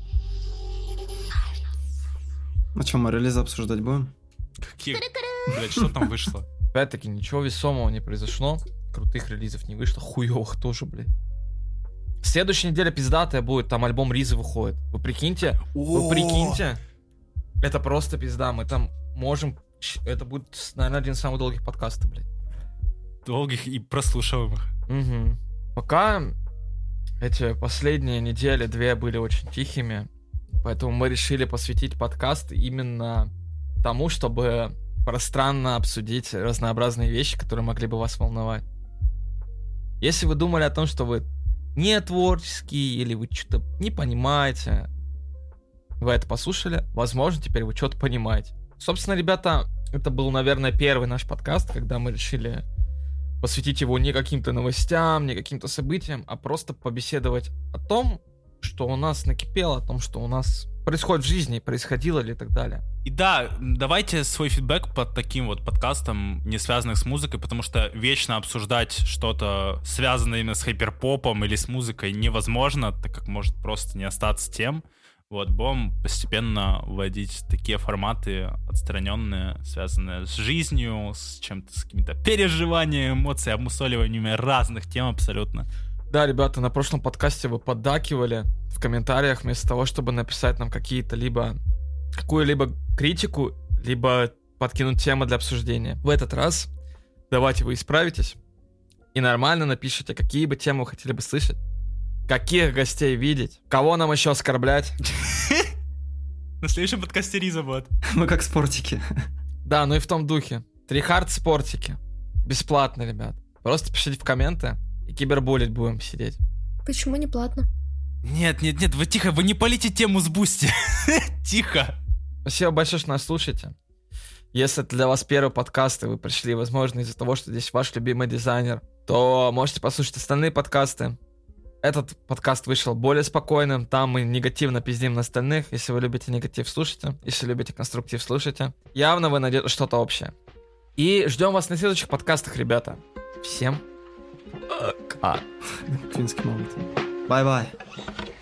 А что, мы релизы обсуждать будем? Какие? Блять, что там вышло? Опять-таки, ничего весомого не произошло. Крутых релизов не вышло. Хуёвых тоже, блядь. Следующая неделя пиздатая будет, там альбом Ризы выходит. Вы прикиньте, вы прикиньте. Это просто пизда, мы там можем... Это будет, наверное, один из самых долгих подкастов, блядь. Долгих и прослушиваемых. Угу. Пока эти последние недели две были очень тихими, поэтому мы решили посвятить подкаст именно тому, чтобы пространно обсудить разнообразные вещи, которые могли бы вас волновать. Если вы думали о том, что вы не творческие или вы что-то не понимаете, вы это послушали, возможно, теперь вы что-то понимаете. Собственно, ребята, это был, наверное, первый наш подкаст, когда мы решили посвятить его не каким-то новостям, не каким-то событиям, а просто побеседовать о том, что у нас накипело, о том, что у нас происходит в жизни, происходило ли и так далее. И да, давайте свой фидбэк под таким вот подкастом, не связанных с музыкой, потому что вечно обсуждать что-то, связанное именно с хайперпопом или с музыкой, невозможно, так как может просто не остаться тем. Вот, будем постепенно вводить такие форматы отстраненные, связанные с жизнью, с чем-то, с какими-то переживаниями, эмоциями, обмусоливаниями разных тем абсолютно. Да, ребята, на прошлом подкасте вы поддакивали в комментариях вместо того, чтобы написать нам какие-то либо какую-либо критику, либо подкинуть темы для обсуждения. В этот раз давайте вы исправитесь и нормально напишите, какие бы темы вы хотели бы слышать, каких гостей видеть, кого нам еще оскорблять. На следующем подкасте Риза будет. Мы как спортики. Да, ну и в том духе. Трихард спортики. Бесплатно, ребят. Просто пишите в комменты, и кибербулить будем сидеть. Почему не платно? Нет, нет, нет, вы тихо, вы не полите тему с Бусти. Тихо. Спасибо большое, что нас слушаете. Если это для вас первый подкаст, и вы пришли, возможно, из-за того, что здесь ваш любимый дизайнер, то можете послушать остальные подкасты. Этот подкаст вышел более спокойным, там мы негативно пиздим на остальных. Если вы любите негатив, слушайте. Если любите конструктив, слушайте. Явно вы найдете что-то общее. И ждем вас на следующих подкастах, ребята. Всем пока. Финский момент. Бай-бай.